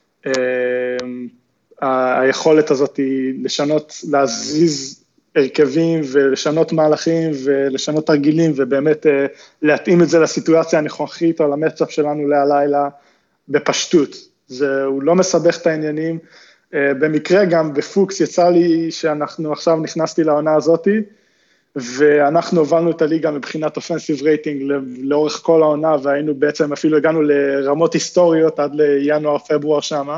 היכולת הזאת לשנות, להזיז הרכבים ולשנות מהלכים ולשנות תרגילים ובאמת להתאים את זה לסיטואציה הנוכחית או למצב שלנו להלילה בפשטות. הוא לא מסבך את העניינים. במקרה גם בפוקס יצא לי שאנחנו עכשיו נכנסתי לעונה הזאת, ואנחנו הובלנו את הליגה מבחינת אופנסיב רייטינג לאורך כל העונה, והיינו בעצם אפילו הגענו לרמות היסטוריות עד לינואר, פברואר שמה,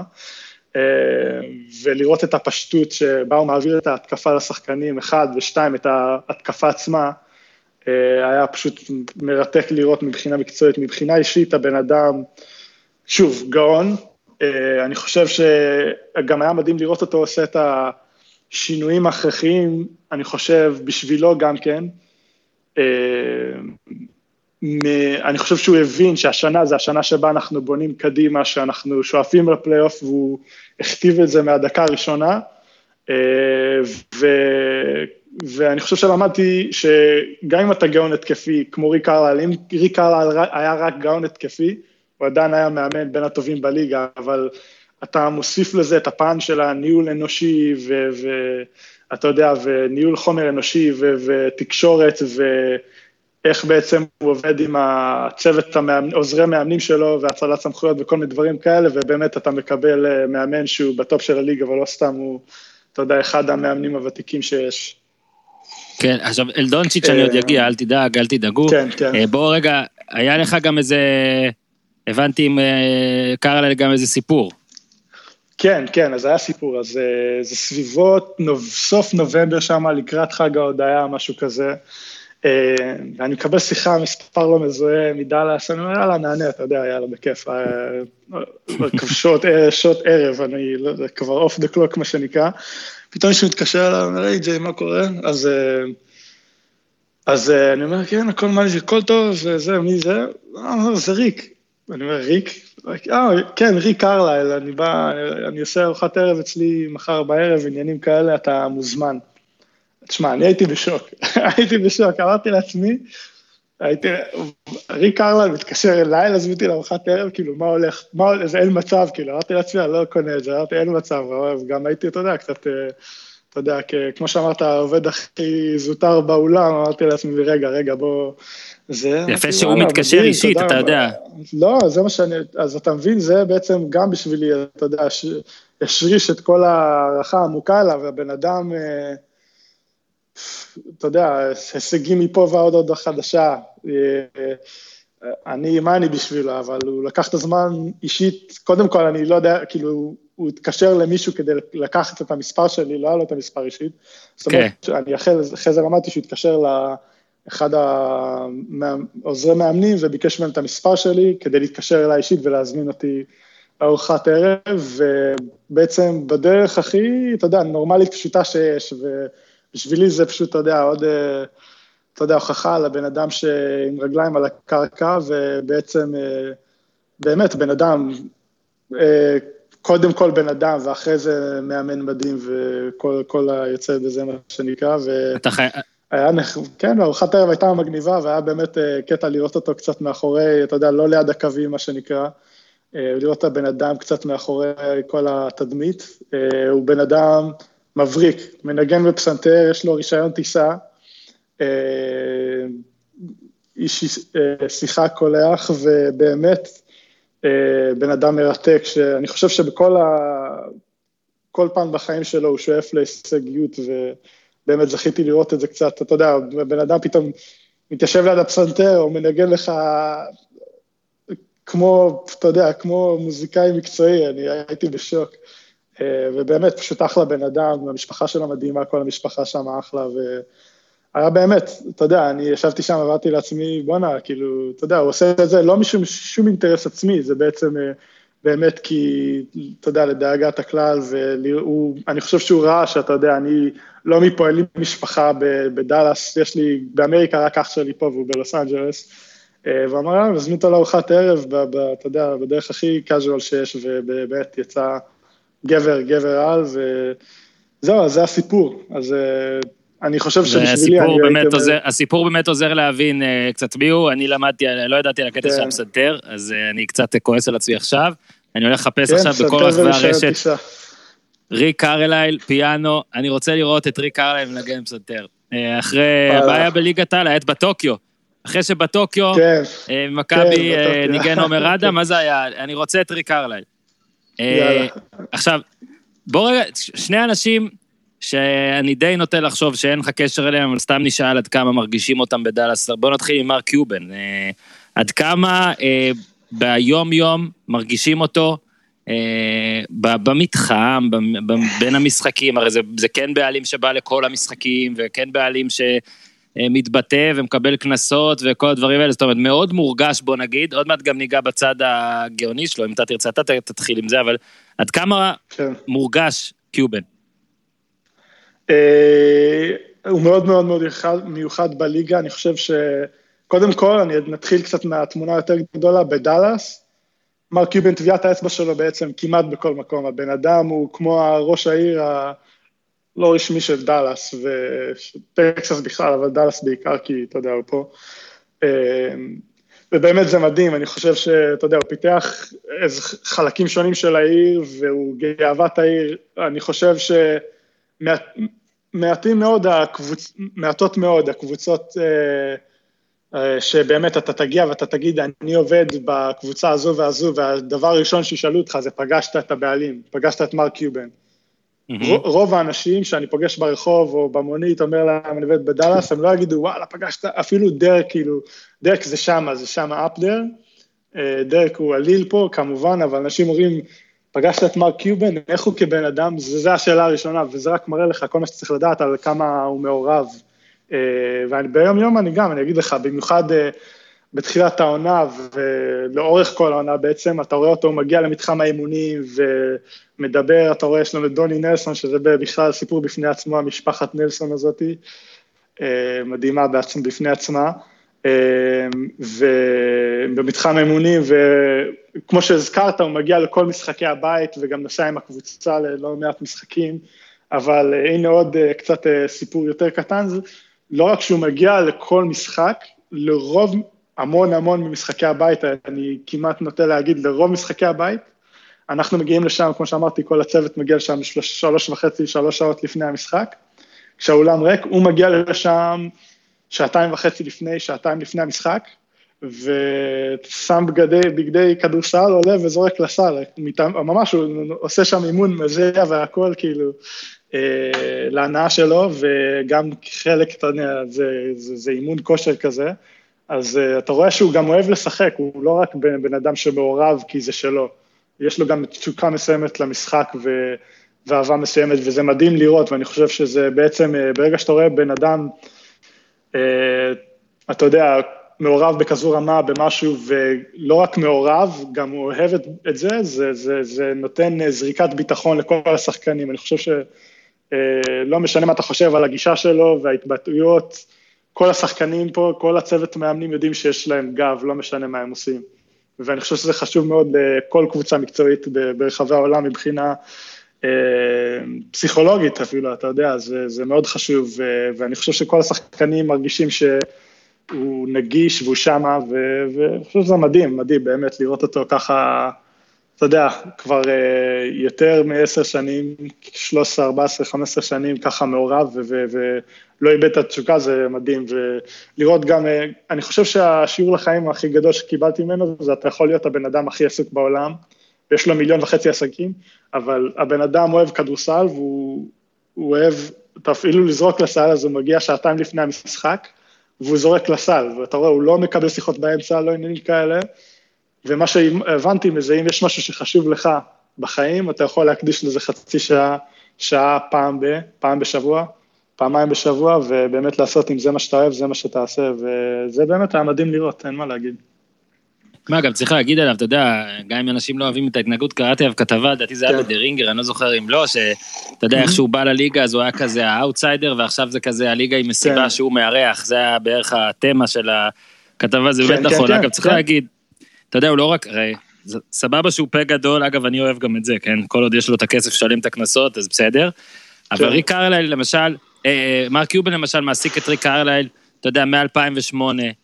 ולראות את הפשטות שבה הוא מעביר את ההתקפה לשחקנים, 1 ו-2, את ההתקפה עצמה, היה פשוט מרתק לראות מבחינה מקצועית, מבחינה אישית, הבן אדם, שוב, גאון, אני חושב שגם היה מדהים לראות אותו עושה את השינויים ההכרחיים, אני חושב בשבילו גם כן, אני חושב שהוא הבין שהשנה זה השנה שבה אנחנו בונים קדימה, שאנחנו שואפים לפלייאוף, והוא הכתיב את זה מהדקה הראשונה, ואני חושב שלמדתי שגם אם אתה גאון התקפי, כמו ריק קרלייל, אם ריק קרלייל היה רק גאון התקפי, הוא עדיין היה מאמן בין הטובים בליגה, אבל אתה מוסיף לזה את הפן של הניהול אנושי, ואתה יודע, וניהול חומר אנושי, ותקשורת, איך בעצם הוא עובד עם הצוות עוזרי מאמנים שלו, והצלת סמכויות וכל מיני דברים כאלה, ובאמת אתה מקבל מאמן שהוא בטופ של הליגה, אבל לא סתם הוא, אתה יודע, אחד המאמנים הוותיקים שיש. כן, עכשיו, אלדונצ'יץ' אני עוד יגיע, אל תדאג, אל תדאגו. כן, כן. בוא רגע, היה לך גם איזה, הבנתי אם קרלייל גם איזה סיפור. כן, כן, אז היה סיפור, אז זה סביבות סוף נובמבר שם, לקראת חג ההודעה, משהו כזה, ואני מקבל שיחה, מספר לא מזוהה, מדלס, אני אומר, יאללה, נענה, אתה יודע, יאללה, בכיף, שעות ערב, אני כבר אוף דה קלוק, מה שנקרא, פתאום מישהו מתקשר אליו, אומר, היי ג'יי, מה קורה? אז אני אומר, כן, הכל טוב, זה, מי זה? זה ריק. אני אומר, ריק? כן, ריק קרלייל, אני עושה ארוחת ערב אצלי מחר בערב, עניינים כאלה, אתה מוזמן. תשמע, אני הייתי בשוק, אמרתי לעצמי, ריק קרלייל מתקשר אליי, להזמיתי לארוחת ערב, כאילו, מה הולך, זה אין מצב, כאילו, אמרתי לעצמי, אני לא קונה את זה, אמרתי, אין מצב, גם הייתי, אתה יודע, קצת, אתה יודע, כמו שאמרת, העובד הכי זוטר באולם, אמרתי לעצמי, רגע, בוא, זה... יפה שהוא מתקשר אישית, אתה יודע. לא, זה מה שאני, אז אתה מבין, זה בעצם גם בשבילי, אתה יודע, ישריש את כל הערכה העמוקה עליו, והבן אדם, אתה יודע, הישגים מפה ועוד חדשה, מה אני בשבילה, אבל הוא לקח את הזמן אישית, קודם כל אני לא יודע, כאילו, הוא התקשר למישהו כדי לקחת את המספר שלי, לא היה לו את המספר אישית, זאת אומרת, אני אחרי זה למדתי שהוא התקשר לאחד העוזרי מאמנים, וביקש מהם את המספר שלי, כדי להתקשר אליי אישית ולהזמין אותי לארוחת ערב, ובעצם בדרך הכי, אתה יודע, נורמלית פשוטה שיש, ובשבילי זה פשוט, אתה יודע, עוד, אתה יודע, הוכחה לבן אדם עם רגליים על הקרקע, ובעצם, באמת, בן אדם, קודם כל בן אדם, ואחרי זה מאמן מדהים, וכל היוצא בזה מה שנקרא, והיה כן, ארוחת הערב הייתה מגניבה, והיה באמת קטע לראות אותו קצת מאחורי, אתה יודע, לא ליד הקווים מה שנקרא, לראות את הבן אדם קצת מאחורי כל התדמית, הוא בן אדם מבריק, מנגן בפסנתר, יש לו רישיון טיסה, איש שיחה קולח, ובאמת בן אדם מרתק, שאני חושב כל פעם בחיים שלו הוא שואף להישגיות, ובאמת זכיתי לראות את זה קצת, אתה יודע, בן אדם פתאום מתיישב ליד הפסנתר, או מנגן לך כמו, אתה יודע, כמו מוזיקאי מקצועי, אני הייתי בשוק, ובאמת פשוט אחלה בן אדם, המשפחה שלו מדהימה, כל המשפחה שם אחלה, והיה באמת, אתה יודע, אני ישבתי שם, עברתי לעצמי, בונה, כאילו, אתה יודע, הוא עושה את זה, לא משום שום אינטרס עצמי, זה בעצם באמת כי, אתה יודע, לדאגת הכלל, ואני חושב שהוא ראה שאתה יודע, אני לא מפועלים משפחה בדלס, יש לי באמריקה רק אח שלי פה, והוא בלוס אנג'לס, ואמר, נזמין אותו לארוחת ערב, אתה יודע, בדרך הכי קאז'ואל שיש, ובאמת יצא גבר על, וזהו, זה הסיפור, אז אני חושב שבשבילי, הסיפור באמת עוזר להבין קצת מיהו, אני למדתי, לא ידעתי על הקטע של הפסנתר, אז אני קצת כועס על עצמי עכשיו, אני הולך לחפש עכשיו בכל רחבי הרשת, ריק קרלייל, פיאנו, אני רוצה לראות את ריק קרלייל מנגן פסנתר, אחרי הבעיה בליגת העל, היית בטוקיו, אחרי שבטוקיו, מכבי ניגן עומר אדם, מה זה היה? אני רוצה את ריק קרלייל. עכשיו, בוא רגע, שני אנשים שאני די נוטה לחשוב שאין לך קשר אליהם, אבל סתם נשאל עד כמה מרגישים אותם בדלס. בוא נתחיל עם מרק קיובן. עד כמה ביום יום מרגישים אותו במתחם, בין המשחקים, הרי זה כן בעלים שבא לכל המשחקים, וכן בעלים שמתבטא ומקבל כנסות וכל הדברים האלה, זאת אומרת, מאוד מורגש בוא נגיד, עוד מעט גם ניגע בצד הגאוני שלו, אם אתה תרצה, אתה תתחיל עם זה, אבל עד כמה מורגש קיובן? הוא מאוד מאוד מאוד מיוחד בליגה, אני חושב שקודם כל, אני נתחיל קצת מהתמונה יותר גדולה בדלס, מרק קיובן טביעת האצבע שלו בעצם כמעט בכל מקום, הבן אדם הוא כמו ראש העיר לא רשמי של דלס, וטקסס בכלל, אבל דלס בעיקר, כי אתה יודע, הוא פה, ובאמת זה מדהים, אני חושב שאתה יודע, הוא פיתח איזה חלקים שונים של העיר, והוא גאוות העיר, אני חושב מעטות מאוד הקבוצות שבאמת אתה תגיע ואתה תגיד, אני עובד בקבוצה הזו והזו, והדבר הראשון שישאלו אותך זה פגשת את הבעלים, פגשת את מרק קיובן. רוב האנשים שאני פוגש ברחוב או במונית, אומר להם, אני עובד בדלס, הם לא יגידו, וואלה, פגשת, אפילו דרק, כאילו, דרק זה שם up there, דרק הוא עליל פה, כמובן, אבל אנשים אומרים, פגשת את מרק קיובן, איך הוא כבן אדם, זה השאלה הראשונה, וזה רק מראה לך כל מה שצריך לדעת על כמה הוא מעורב, וביום יום אני אגיד לך, במיוחד בתחילת העונה, ולאורך כל העונה בעצם, אתה רואה אותו, הוא מגיע למתחם האימונים, ומדבר, אתה רואה, יש לנו את דוני נלסון, שזה בכלל סיפור בפני עצמו, המשפחת נלסון הזאת, מדהימה בעצם בפני עצמה, ובמתחם האימונים, וכמו שהזכרת, הוא מגיע לכל משחקי הבית, וגם נוסע עם הקבוצה ללא מעט משחקים, אבל הנה עוד קצת סיפור יותר קטן, לא רק שהוא מגיע לכל משחק, לרוב המון ממשחקי הבית, אני כמעט נוטה להגיד לרוב משחקי הבית, אנחנו מגיעים לשם, כמו שאמרתי, כל הצוות מגיע לשם 3.5 שעות לפני המשחק, כשהאולם ריק, הוא מגיע לשם 2.5 שעתיים לפני המשחק, ושם בגדי כדורסל, עולה וזורק לסל, ממש הוא עושה שם אימון מזיע והכל כאילו, להנאה שלו, וגם חלק, אתה יודע, זה אימון כושר כזה, אז אתה רואה שהוא גם אוהב לשחק, הוא לא רק בן אדם שמעורב כי זה שלו, יש לו גם תשוקה מסוימת למשחק ואהבה מסוימת, וזה מדהים לראות, ואני חושב שזה בעצם, ברגע שאתה רואה בן אדם, אתה יודע, מעורב בכזו רמה במשהו, ולא רק מעורב, גם הוא אוהב את זה, זה נותן זריקת ביטחון לכל השחקנים, אני חושב שלא משנה מה אתה חושב על הגישה שלו, וההתבטאויות, כל השחקנים פה, כל הצוות מאמנים יודעים שיש להם גב, לא משנה מה הם עושים, ואני חושב שזה חשוב מאוד לכל קבוצה מקצועית ברחבי העולם, מבחינה פסיכולוגית אפילו, אתה יודע, זה מאוד חשוב, ואני חושב שכל השחקנים מרגישים שהוא נגיש והוא שמה, ואני חושב שזה מדהים באמת לראות אותו ככה אתה יודע, כבר יותר מ10 שנים, 13, 14, 15 שנים ככה מעורב, ולא איבד את התשוקה, זה מדהים, ולראות גם, אני חושב שהשיעור לחיים הכי גדול שקיבלתי ממנו, זה אתה יכול להיות הבן אדם הכי עסוק בעולם, ויש לו 1.5 מיליון עסקים, אבל הבן אדם אוהב כדורסל, והוא אוהב, אתה אפילו לזרוק לסל, אז הוא מגיע שעתיים לפני המשחק, והוא זורק לסל, ואתה רואה, הוא לא מקבל שיחות באמצע, לא עניינים כאלה, ומה שהבנתי מזה, אם יש משהו שחשוב לך בחיים, אתה יכול להקדיש לזה חצי שעה פעם בשבוע, פעמיים בשבוע, ובאמת לעשות אם זה מה שאתה אוהב, זה מה שאתה עושה, וזה באמת היה מדהים לראות, אין מה להגיד. מה, גם צריך להגיד עליו, אתה יודע, גם אם אנשים לא אוהבים את ההתנהגות, קראתי עליו כתבה, דעתי זה היה בדרינגר, אני לא זוכר אם לא, שאתה יודע איך שהוא בא לליגה, אז הוא היה כזה האוטסיידר, ועכשיו זה כזה הליגה עם מסיבה שהוא מארח, זה היה בערך התמה של הכתבה, זה באמת נכון, אגב, צריך להגיד, אתה יודע, הוא לא רק, הרי, סבבה שהוא פה גדול, אגב, אני אוהב גם את זה, כן? כל עוד יש לו את הכסף שלם את הכנסות, אז בסדר. אבל ריק קרלייל, למשל, מרק קיובן למשל, מעסיק את ריק קרלייל, אתה יודע, מ-2008,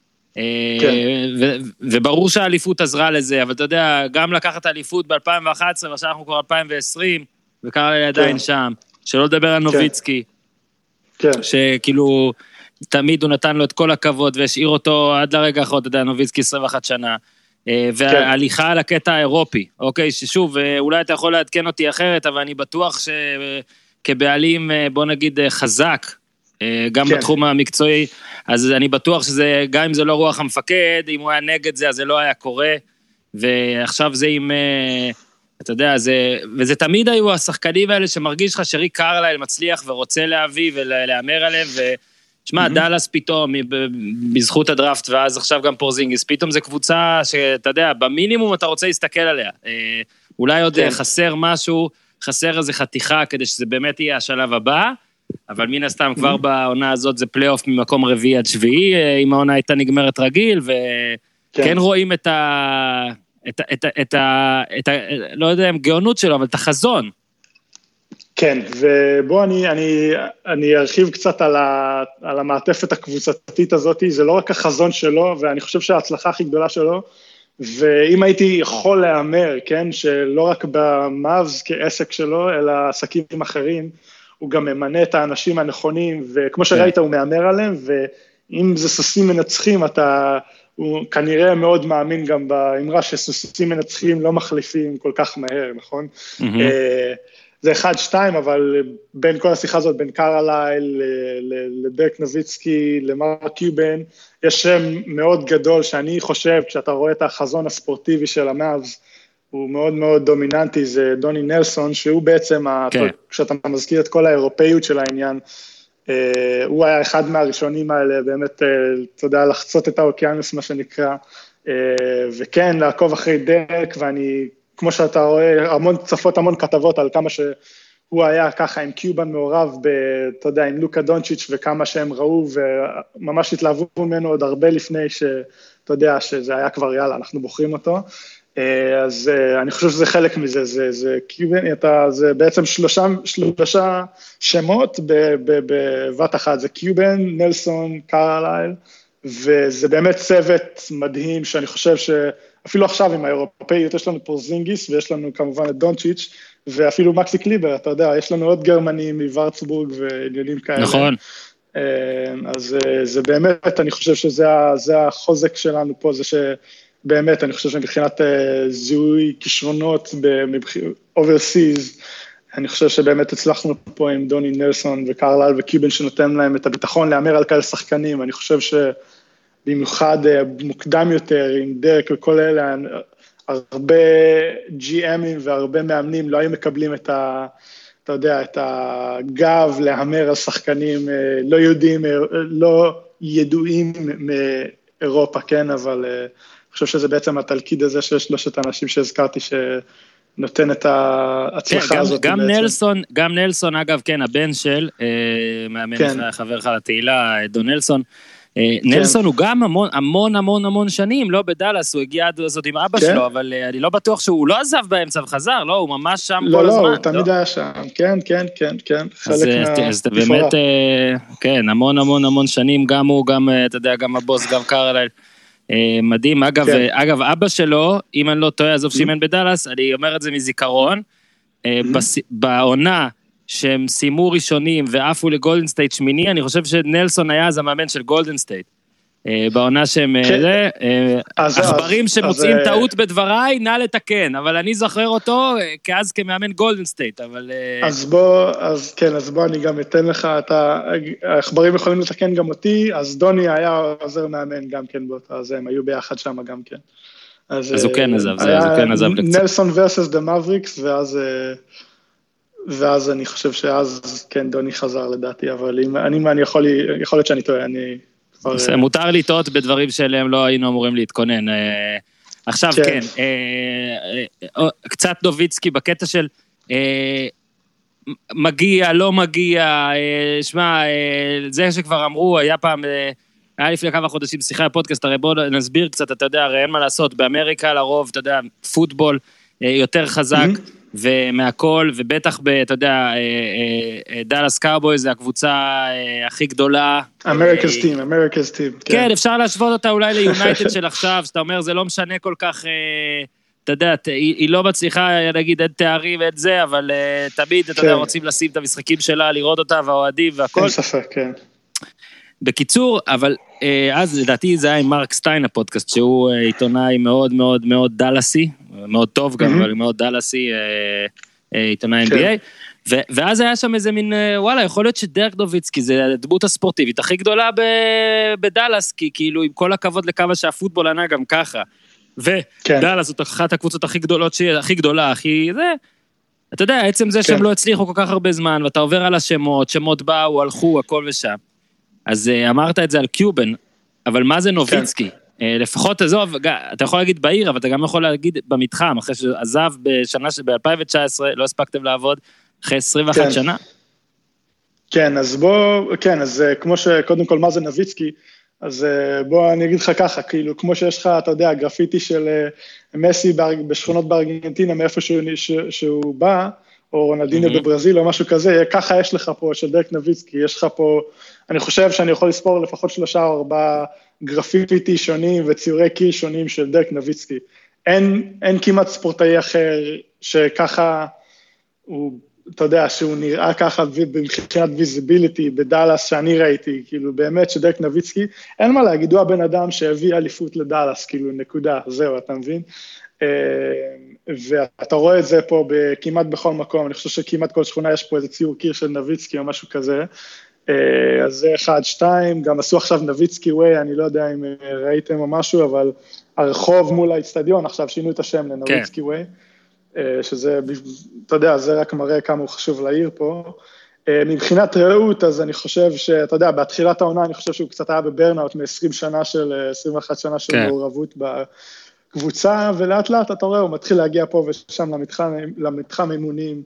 וברור שהאליפות עזרה לזה, אבל אתה יודע, גם לקחת האליפות ב-2011, ועכשיו אנחנו כבר 2020, וקרלייל עדיין שם, שלא לדבר על נוביצקי, שכאילו, תמיד הוא נתן לו את כל הכבוד, והשאיר אותו עד לרגע האחרון, אתה יודע, נוביצקי 21 שנה, וההליכה על הקטע האירופי, אוקיי, ששוב, אולי אתה יכול לעדכן אותי אחרת, אבל אני בטוח שכבעלים, בוא נגיד, חזק, גם בתחום המקצועי, אז אני בטוח שזה, גם אם זה לא רוח המפקד, אם הוא היה נגד זה, אז זה לא היה קורה, ועכשיו זה עם, אתה יודע, וזה תמיד היו השחקנים האלה שמרגיש לך שריק קרלייל מצליח ורוצה להביא ולאמר עליהם, שמע, דלס פתאום, בזכות הדראפט, ואז עכשיו גם פורזינגיס, פתאום זה קבוצה שאתה יודע, במינימום אתה רוצה להסתכל עליה. אולי עוד חסר משהו, חסר איזה חתיכה, כדי שזה באמת יהיה השלב הבא, אבל מן הסתם כבר בעונה הזאת זה פלייאוף ממקום רביעי עד שביעי, אם העונה הייתה נגמרת רגיל, וכן רואים את לא יודע אם גאונות שלו, אבל את החזון. כן, ובוא אני ארחיב קצת על המעטפת הקבוצתית הזאת, זה לא רק החזון שלו, ואני חושב שההצלחה הכי גדולה שלו, ואם הייתי יכול לאמר, כן, שלא רק במאבס כעסק שלו, אלא עסקים אחרים, הוא גם ממנה את האנשים הנכונים, וכמו שראית הוא מאמר עליהם, ואם זה סוסים מנצחים, הוא כנראה מאוד מאמין גם באמרה שסוסים מנצחים לא מחליפים כל כך מהר, נכון? זה 1-2, אבל בין כל השיחה הזאת, בין קרלייל לדרק נוביצקי, למרק קיובן, יש שם מאוד גדול שאני חושב, כשאתה רואה את החזון הספורטיבי של המאבס, הוא מאוד מאוד דומיננטי, זה דוני נלסון, שהוא בעצם, כשאתה מזכיר את כל האירופאיות של העניין, הוא היה אחד מהראשונים האלה, באמת, אתה יודע, לחצות את האוקיינוס, מה שנקרא, וכן, לעקוב אחרי דרק, ואני, כמו שאתה רואה, צפות המון כתבות על כמה שהוא היה ככה עם קיובן מעורב, אתה יודע, עם לוקה דונצ'יץ' וכמה שהם ראו, וממש התלהבו ממנו עוד הרבה לפני שאתה יודע, שזה היה כבר יאללה, אנחנו בוחרים אותו, אז אני חושב שזה חלק מזה, זה קיובן, זה בעצם שלושה שמות בבת אחת, זה קיובן, נלסון, קרלייל, וזה באמת צוות מדהים, שאני חושב שאפילו עכשיו עם האירופאיות, יש לנו פורזינגיס, ויש לנו כמובן את דונצ'יץ', ואפילו מקסי קליבר, אתה יודע, יש לנו עוד גרמנים מוורצבורג ועניינים כאלה. נכון. אז זה באמת, אני חושב שזה החוזק שלנו פה, זה שבאמת, אני חושב שמבחינת זיהוי כישרונות overseas, אני חושב שבאמת הצלחנו פה עם דוני נלסון וקרלייל וקיובן שנותן להם את הביטחון לאמר על כאלה שחקנים, אני חושב שבמיוחד מוקדם יותר עם דרק וכל אלה, הרבה GM'ים והרבה מאמנים לא היו מקבלים את אתה יודע, את הגב להמר על שחקנים לא ידועים מאירופה, כן, אבל אני חושב שזה בעצם התלכיד הזה של שלושת האנשים שהזכרתי נותן את ההצלחה הזאת. גם נלסון, אגב, כן, הבן של, מאמן חבר לך לתהילה, דון נלסון, נלסון הוא גם המון שנים, לא בדלס, הוא הגיע עד הזאת עם אבא שלו, אבל אני לא בטוח שהוא לא עזב באמצע וחזר, לא, הוא ממש שם כל הזמן. לא, הוא תמיד היה שם, כן, אז זה באמת, כן, המון שנים, גם הוא, גם, אתה יודע, גם הבוס, גם קרלייל, מדהים, אגב, אבא שלו, אם אני לא טועה, עזוב שאימן בדלס, אני אומר את זה מזיכרון, בעונה שהם סיימו ראשונים ועפו לגולדן סטייט שמיני, אני חושב שנלסון היה אז המאמן של גולדן סטייט. בעונה שהם, אכברים שמוצאים טעות בדבריי, נא לתקן, אבל אני זוכר אותו כאז כמאמן גולדן סטייט, אבל... אז בוא אני גם אתן לך, האכברים יכולים לתקן גם אותי, אז דוני היה עוזר מאמן גם כן באותה, אז הם היו ביחד שם גם כן. אז הוא כן עזב, זה כן עזב לקצת. נלסון versus the Mavericks, ואז אני חושב שאז כן דוני חזר לדעתי, אבל אם אני יכול להיות שאני טועה, מותר לטעות בדברים שאליהם לא היינו אמורים להתכונן. עכשיו כן, קצת נוביצקי בקטע של מגיע, לא מגיע, שמע, זה שכבר אמרו, היה לפני כמה חודשים שיחה בפודקאסט, הרי בואו נסביר קצת, אתה יודע, הרי אין מה לעשות, באמריקה לרוב, אתה יודע, פוטבול יותר חזק, ומהכל, ובטח אתה יודע, דאלאס קאובויז זה הקבוצה הכי גדולה. אמריקא's team. כן, אפשר להשוות אותה אולי ליונייטד של עכשיו, שאתה אומר, זה לא משנה כל כך, אתה יודע, היא לא מצליחה להגיד אין תארים ואין זה, אבל תמיד, אתה יודע, רוצים לשים את המשחקים שלה, לראות אותה, והאוהדים והכל. אין ספק, כן. בקיצור, אבל אז לדעתי זה היה עם מרק סטיין הפודקאסט, שהוא עיתונאי מאוד מאוד מאוד דלסי, מאוד טוב גם, אבל מאוד דלסי, עיתונאי NBA, ואז היה שם איזה מין, וואלה, יכול להיות שדרק נוביצקי, זה הדמות הספורטיבית הכי גדולה בדלס, כי כאילו עם כל הכבוד לכמה שהפוטבול ענה גם ככה, ודלס זאת אחת הקבוצות הכי גדולות, הכי גדולה, הכי זה, אתה יודע, עצם זה שהם לא הצליחו כל כך הרבה זמן, ואתה עובר על השמות, שמות באו, הלכו, הכל ושם, אז אמרת את זה על קיובן, אבל מה זה נוביצקי? לפחות עזוב, אתה יכול להגיד בעיר, אבל אתה גם יכול להגיד במתחם, אחרי שעזב בשנה ב-2019, לא הספקתם לעבוד, אחרי 21 שנה? כן, אז אז כמו שקודם כל מה זה נוביצקי, אז בוא אני אגיד לך ככה, כאילו כמו שיש לך, אתה יודע, גרפיטי של מסי בשכונות בארגנטינה, מאיפה שהוא בא, או רונלדיניו בברזיל או משהו כזה, ככה יש לך פה של דרק נוביצקי, יש לך פה, אני חושב שאני יכול לספור לפחות 3 או 4 גרפיטי שונים וציורי קיר שונים של דרק נוביצקי. אין כמעט ספורטאי אחר שככה, אתה יודע, שהוא נראה ככה מבחינת ויזיביליטי בדלס שאני ראיתי, כאילו באמת שדרק נוביצקי, אין מה להגיד, הוא הבן אדם שהביא אליפות לדלס, כאילו נקודה, זהו, אתה מבין? ואתה רואה את זה פה כמעט בכל מקום, אני חושב שכמעט כל שכונה יש פה איזה ציור קיר של נוביצקי או משהו כזה, אז זה 1, 2, גם עשו עכשיו נוביצקי ווי, אני לא יודע אם ראיתם או משהו, אבל הרחוב מול האצטדיון, עכשיו שינו את השם לנוביצקי ווי, שזה, אתה יודע, זה רק מראה כמה הוא חשוב לעיר פה, מבחינת ראות, אז אני חושב שאתה יודע, בתחילת העונה אני חושב שהוא קצת היה בברנאוט מ-20 שנה של, 21 שנה של מעורבות קבוצה, ולאט לאט אתה רואה, הוא מתחיל להגיע פה ושם למתחם אימונים,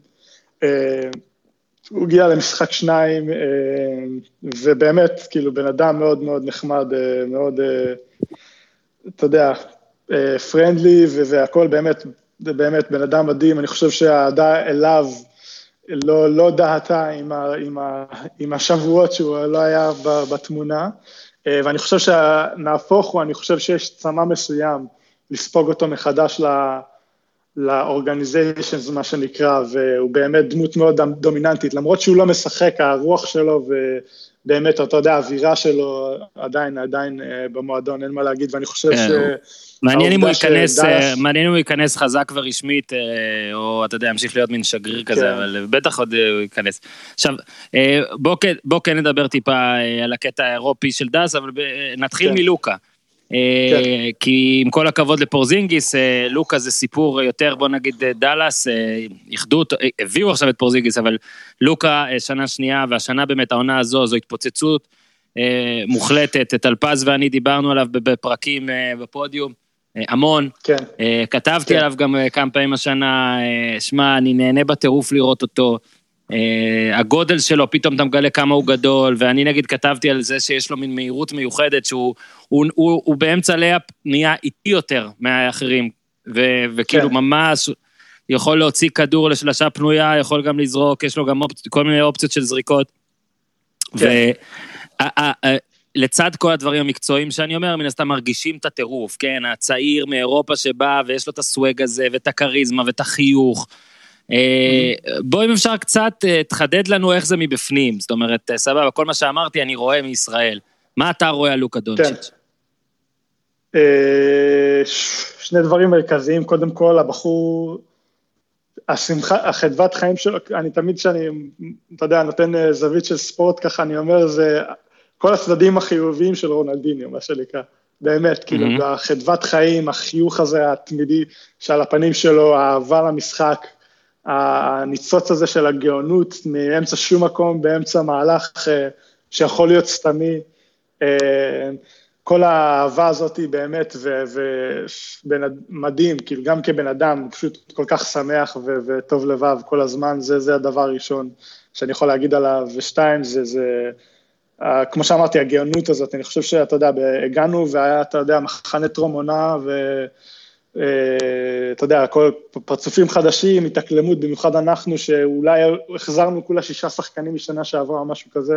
הוא הגיע למשחק 2, ובאמת, כאילו, בן אדם מאוד מאוד נחמד, מאוד, אתה יודע, פרנדלי, והכל באמת, באמת בן אדם מדהים, אני חושב שהעדה אליו לא דהתה עם השבועות שהוא לא היה בתמונה, ואני חושב שנהפוך הוא, אני חושב שיש צמא מסוים, לספוג אותו מחדש לאורגניזיישן, מה שנקרא, והוא באמת דמות מאוד דומיננטית, למרות שהוא לא משחק, הרוח שלו, ובאמת, אתה יודע, האווירה שלו עדיין במועדון, אין מה להגיד, ואני חושב מעניין אם הוא ייכנס חזק ורשמית, או אתה יודע, ימשיך להיות מין שגריר כזה, אבל בטח עוד הוא ייכנס. עכשיו, בוא כן נדבר טיפה על הקטע האירופי של דאס, אבל נתחיל מלוקה. כי עם כל הכבוד לפורזינגיס, לוקה זה סיפור יותר, בוא נגיד דלס, יחדות, הביאו עכשיו את פורזינגיס, אבל לוקה שנה שנייה, והשנה באמת העונה הזו התפוצצות מוחלטת, את אלפז ואני דיברנו עליו בפרקים בפודיום, המון, כתבתי עליו גם כמה פעמים השנה, שמה, אני נהנה בטירוף לראות אותו, הגודל שלו, פתאום אתה מגלה כמה הוא גדול, ואני נגיד כתבתי על זה שיש לו מין מהירות מיוחדת, שהוא באמצע לאפ נהיה איטי יותר מהאחרים, וכאילו ממש יכול להוציא כדור לשלשה פנויה, יכול גם לזרוק, יש לו גם כל מיני אופציות של זריקות, לצד כל הדברים המקצועיים שאני אומר, מן הסתם מרגישים את הטירוף, כן, הצעיר מאירופה שבא ויש לו את הסווג הזה ואת הקריזמה ואת החיוך. בואי אם אפשר קצת, תחדד לנו איך זה מבפנים, זאת אומרת, סבבה, כל מה שאמרתי אני רואה מישראל. מה אתה רואה על לוקה דונצ'יץ'? שני דברים מרכזיים, קודם כל, הבחור, החדוות חיים שלו, אני תמיד שאני, אתה יודע, נותן זווית של ספורט, ככה אני אומר, זה כל הצדדים החיוביים של רונלדיניו, מה שנקרא, באמת, כאילו, החדוות חיים, החיוך הזה התמידי שעל הפנים שלו, האהבה למשחק, הניצוץ הזה של הגאונות, מאמצע שום מקום, באמצע מהלך שיכול להיות סתמי, כל האהבה הזאת היא באמת, ומדהים, כאילו גם כבן אדם, פשוט כל כך שמח וטוב לבב כל הזמן, זה הדבר הראשון שאני יכול להגיד עליו, ושתיים, זה כמו שאמרתי, הגאונות הזאת, אני חושב שאתה יודע, הגענו והיה, אתה יודע, מחנה טרום עונה, אתה יודע, כל פרצופים חדשים, התאקלמות, במיוחד אנחנו, שאולי החזרנו כולה 6 שחקנים משנה שעברה, משהו כזה,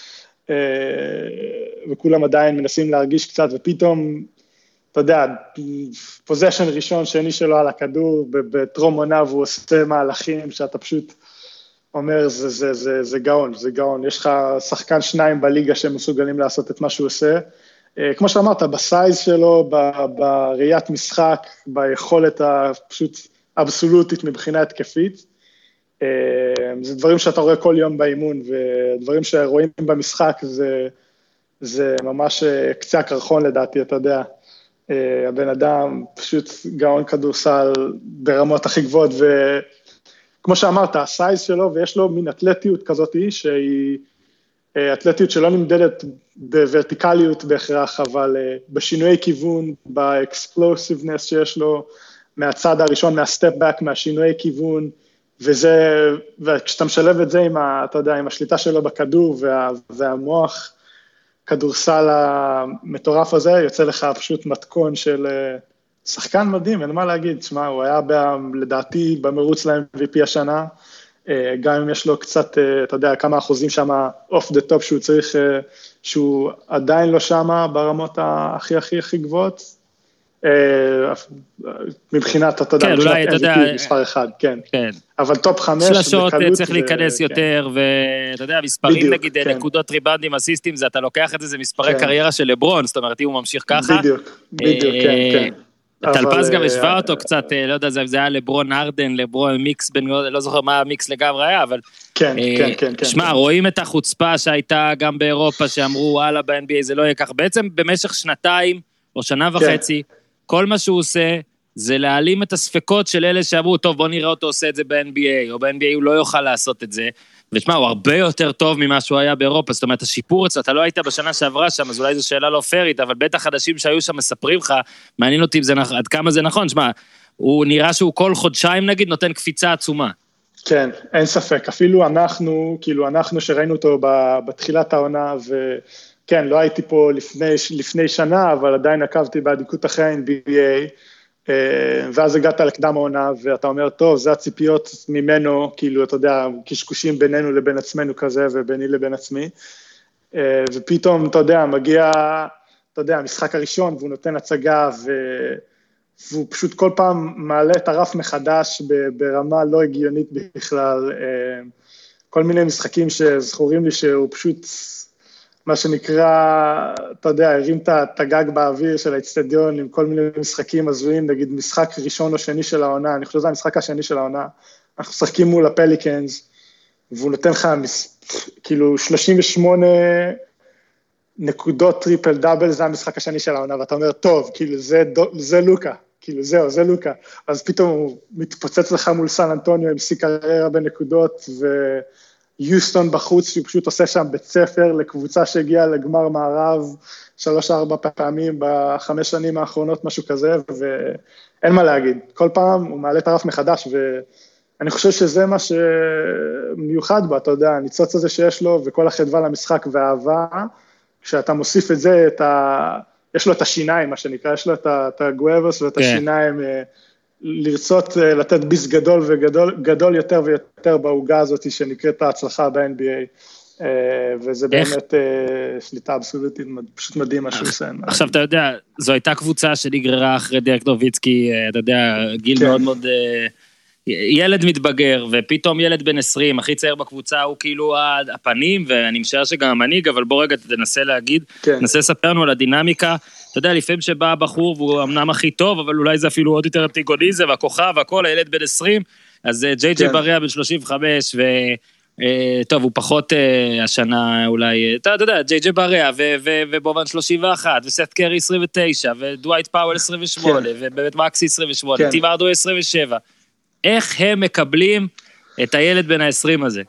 וכולם עדיין מנסים להרגיש קצת, ופתאום, אתה יודע, פוזיישן ראשון, שני שלו על הכדור, בטרום עונה, והוא עושה מהלכים, שאתה פשוט אומר, זה גאון, זה גאון, יש לך שחקן 2 בליגה, שהם מסוגלים לעשות את מה שהוא עושה, כמו שאמרת, בסייז שלו, בראיית משחק, ביכולת הפשוט אבסולוטית מבחינה התקפית, זה דברים שאתה רואה כל יום באימון, ודברים שרואים במשחק, זה ממש קצה הקרחון לדעתי, אתה יודע, הבן אדם פשוט גאון כדורסל ברמות הכי גבוהות, וכמו שאמרת, הסייז שלו, ויש לו מין אתלטיות כזאת, שהיא אתלטיות שלא נמדדת בוורטיקליות בהכרח, אבל בשינויי כיוון, באקספלוסיבנס שיש לו, מהצד הראשון, מהסטפ-בק, מהשינויי כיוון, וכשאתה משלב את זה עם, אתה יודע, עם השליטה שלו בכדור, והמוח, כדורסל המטורף הזה, יוצא לך פשוט מתכון של שחקן מדהים, אין מה להגיד, שמה, הוא היה לדעתי במרוץ ל-MVP השנה, גם אם יש לו קצת, אתה יודע, כמה אחוזים שם אוף דה טופ שהוא צריך, שהוא עדיין לא שם ברמות הכי גבוהות, מבחינת, אתה יודע, כן, אולי, אתה יודע, מספר 1, כן. כן. אבל טופ 5, שלשות צריך להיכנס יותר, ואתה יודע, מספרים נגיד, נקודות ריבאונדים, אסיסטים, זה אתה לוקח את זה, זה מספרי קריירה של לברון, זאת אומרת, אם הוא ממשיך ככה. בדיוק, כן. טלפז גם השווה אותו קצת, לא יודע, זה היה לברון הרדן, לברון מיקס, לא זוכר מה המיקס לגמרי היה, אבל... כן. שמע, רואים את החוצפה שהייתה גם באירופה, שאמרו, וואלה, ב-NBA זה לא יהיה כך. בעצם במשך 2 או 1.5 שנה, כל מה שהוא עושה, זה להעלים את הספקות של אלה שאמרו, טוב, בוא נראה אותו עושה את זה ב-NBA, או ב-NBA הוא לא יוכל לעשות את זה, ושמע, הוא הרבה יותר טוב ממה שהוא היה באירופה, זאת אומרת, השיפור אצלו, אתה לא היית בשנה שעברה שם, אז אולי זו שאלה לא פיירית, אבל בטח חדשים שהיו שם מספרים לך, מעניין אותי עד כמה זה נכון, שמע, הוא נראה שהוא כל חודשיים נגיד, נותן קפיצה עצומה. כן, אין ספק, אפילו אנחנו, כאילו אנחנו שראינו אותו בתחילת העונה, וכן, לא הייתי פה לפני שנה, אבל עדיין עקבתי בעדיקות אחרי ה-NBA, ואז הגעת לקדם העונה, ואתה אומר, טוב, זה הציפיות ממנו, כאילו, אתה יודע, קשקושים בינינו לבין עצמנו כזה, וביני לבין עצמי, ופתאום, אתה יודע, מגיע, אתה יודע, המשחק הראשון, והוא נותן הצגה, והוא פשוט כל פעם מעלה את הרף מחדש, ברמה לא הגיונית בכלל, כל מיני משחקים שזכורים לי שהוא פשוט, מה שנקרא, אתה יודע, הרים את הגג באוויר של האצטדיון עם כל מיני משחקים הזויים, נגיד משחק ראשון או שני של העונה, אני חושב שזה המשחק השני של העונה, אנחנו משחקים מול הפליקנס, והוא נותן לך כאילו 38 נקודות טריפל דאבל, זה המשחק השני של העונה, ואתה אומר, טוב, כאילו זה לוקה, כאילו זהו, זה לוקה, אז פתאום הוא מתפוצץ לך מול סן אנטוניו עם שיא קריירה בנקודות, יוסטון בחוץ, שהוא פשוט עושה שם בית ספר לקבוצה שהגיעה לגמר מערב 3-4 פעמים ב5 שנים האחרונות, משהו כזה, ואין מה להגיד. כל פעם הוא מעלה את הרף מחדש, ואני חושב שזה מה שמיוחד בו, אתה יודע, הניצוץ הזה שיש לו, וכל החדווה למשחק והאהבה, כשאתה מוסיף את זה, יש לו את השיניים, מה שנקרא, יש לו את הגואבוס ואת השיניים, לרצות לתת ביס גדול וגדול יותר ויותר בהוגה הזאת שנקראת ההצלחה ב-NBA. וזה באמת שליטה אבסולוטית, פשוט מדהים מה שהוא עושה. עכשיו אתה יודע, זו הייתה קבוצה שנגררה אחרי דירק נוביצקי, אתה יודע, גיל מאוד מאוד, ילד מתבגר, ופתאום ילד בן 20, הכי צעיר בקבוצה, הוא כאילו הפנים, ואני משער שגם המנהיג, אבל בוא רגע תנסה להגיד, תנסה לספר לנו על הדינמיקה, אתה יודע, לפעמים שבא הבחור, והוא אמנם הכי טוב, אבל אולי זה אפילו עוד יותר אנטיגוניזם, והכוכב, והכל, הילד בן 20, אז ג'יי בריה בן 35, טוב, הוא פחות השנה אולי, אתה יודע, ג'יי בריה, ובובן 31, וסט קרי 29, ודווייט פאוול 28, ובאמת מקסי 28, טים ארדווי 27, איך הם מקבלים את הילד בין ה-20 הזה?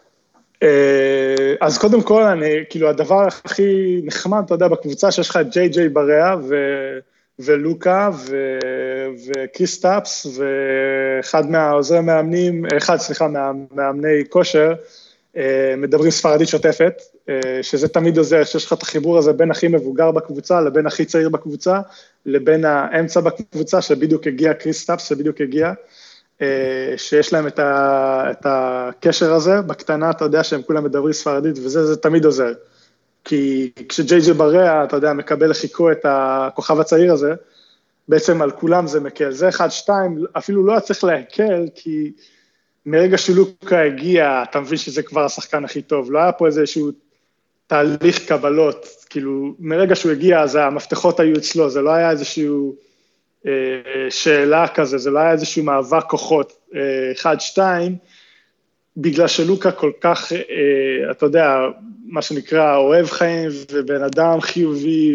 אז קודם כל, כאילו, הדבר הכי נחמד, אתה יודע, בקבוצה שיש לך את ג'יי בריה, ולוקה, וקריסטאפס, ואחד מהעוזרי מאמנים, מאמני כושר, מדברים ספרדית שוטפת, שזה תמיד עוזר, שיש לך את החיבור הזה בין הכי מבוגר בקבוצה, לבין הכי צעיר בקבוצה, לבין האמצע בקבוצה, שבדיוק הגיע קריסטאפס, שבדיוק הגיע, שיש להם את הקשר הזה, בקטנה אתה יודע שהם כולם מדברים ספרדית, וזה תמיד עוזר. כי כשג'יי בריה, אתה יודע, מקבל לחיקו את הכוכב הצעיר הזה, בעצם על כולם זה מקל. זה 1-2, אפילו לא צריך להקל, כי מרגע שלוקה הגיע, אתה מבין שזה כבר השחקן הכי טוב. לא היה פה איזשהו תהליך קבלות, כאילו, מרגע שהוא הגיע, אז המפתחות היו אצלו, זה לא היה איזשהו שאלה כזה, זה לא היה איזשהו מאבק כוחות 1-2, בגלל שלוקה כל כך, אתה יודע, מה שנקרא, אוהב חיים, ובן אדם חיובי,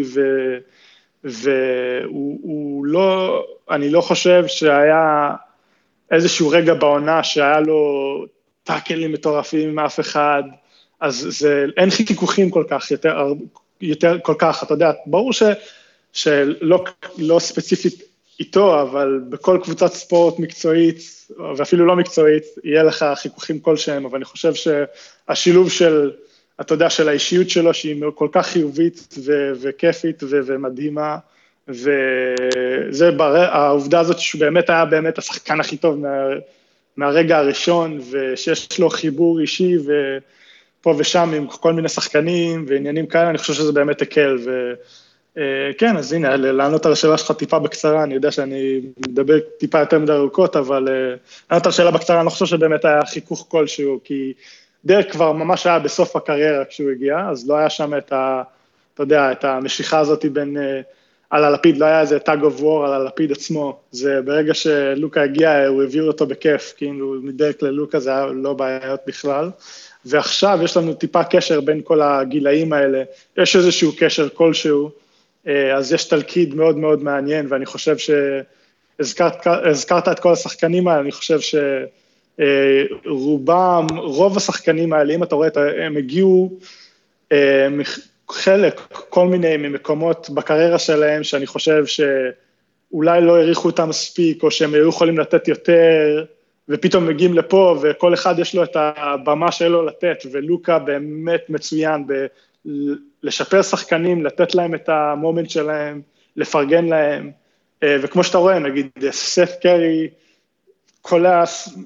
והוא לא, אני לא חושב שהיה איזשהו רגע בעונה, שהיה לו טאקלים מטורפים עם אף אחד, אז אין חיכוכים כל כך, יותר כל כך, אתה יודע, ברור שלא ספציפית איתו, אבל בכל קבוצת ספורט מקצועית, ואפילו לא מקצועית, יהיה לך חיכוכים כלשהם, אבל אני חושב שהשילוב של, אתה יודע, של האישיות שלו, שהיא כל כך חיובית וכיפית ומדהימה, וזה העובדה הזאת שהוא באמת היה באמת השחקן הכי טוב מהרגע הראשון, ושיש לו חיבור אישי, ופה ושם עם כל מיני שחקנים ועניינים כאלה, אני חושב שזה באמת הקל, כן, אז הנה, לענות על השאלה שלך טיפה בקצרה, אני יודע שאני מדבר טיפה יותר מדי ארוכות, אבל לענות על השאלה בקצרה, אני לא חושב שבאמת היה חיכוך כלשהו, כי דרך כבר ממש היה בסוף הקריירה כשהוא הגיע, אז לא היה שם אתה יודע, את המשיכה הזאת בין, על הלפיד, לא היה איזה tag of war על הלפיד עצמו, זה ברגע שלוקה הגיע, הוא העביר אותו בכיף, כאילו מדרך ללוקה זה היה לא בעיות בכלל, ועכשיו יש לנו טיפה קשר בין כל הגילאים האלה, יש איזשהו קשר כלשהו, אז יש תלכיד מאוד מאוד מעניין, ואני חושב שהזכרת את כל השחקנים האלה, אני חושב רוב השחקנים האלה, אם אתה רואה, הם הגיעו חלק, כל מיני ממקומות בקריירה שלהם, שאני חושב שאולי לא העריכו אותם מספיק, או שהם היו יכולים לתת יותר, ופתאום מגיעים לפה, וכל אחד יש לו את הבמה שלו לתת, ולוקה באמת מצוין לשפר שחקנים, לתת להם את המומנט שלהם, לפרגן להם, וכמו שאתה רואה, נגיד, סט קרי, קולע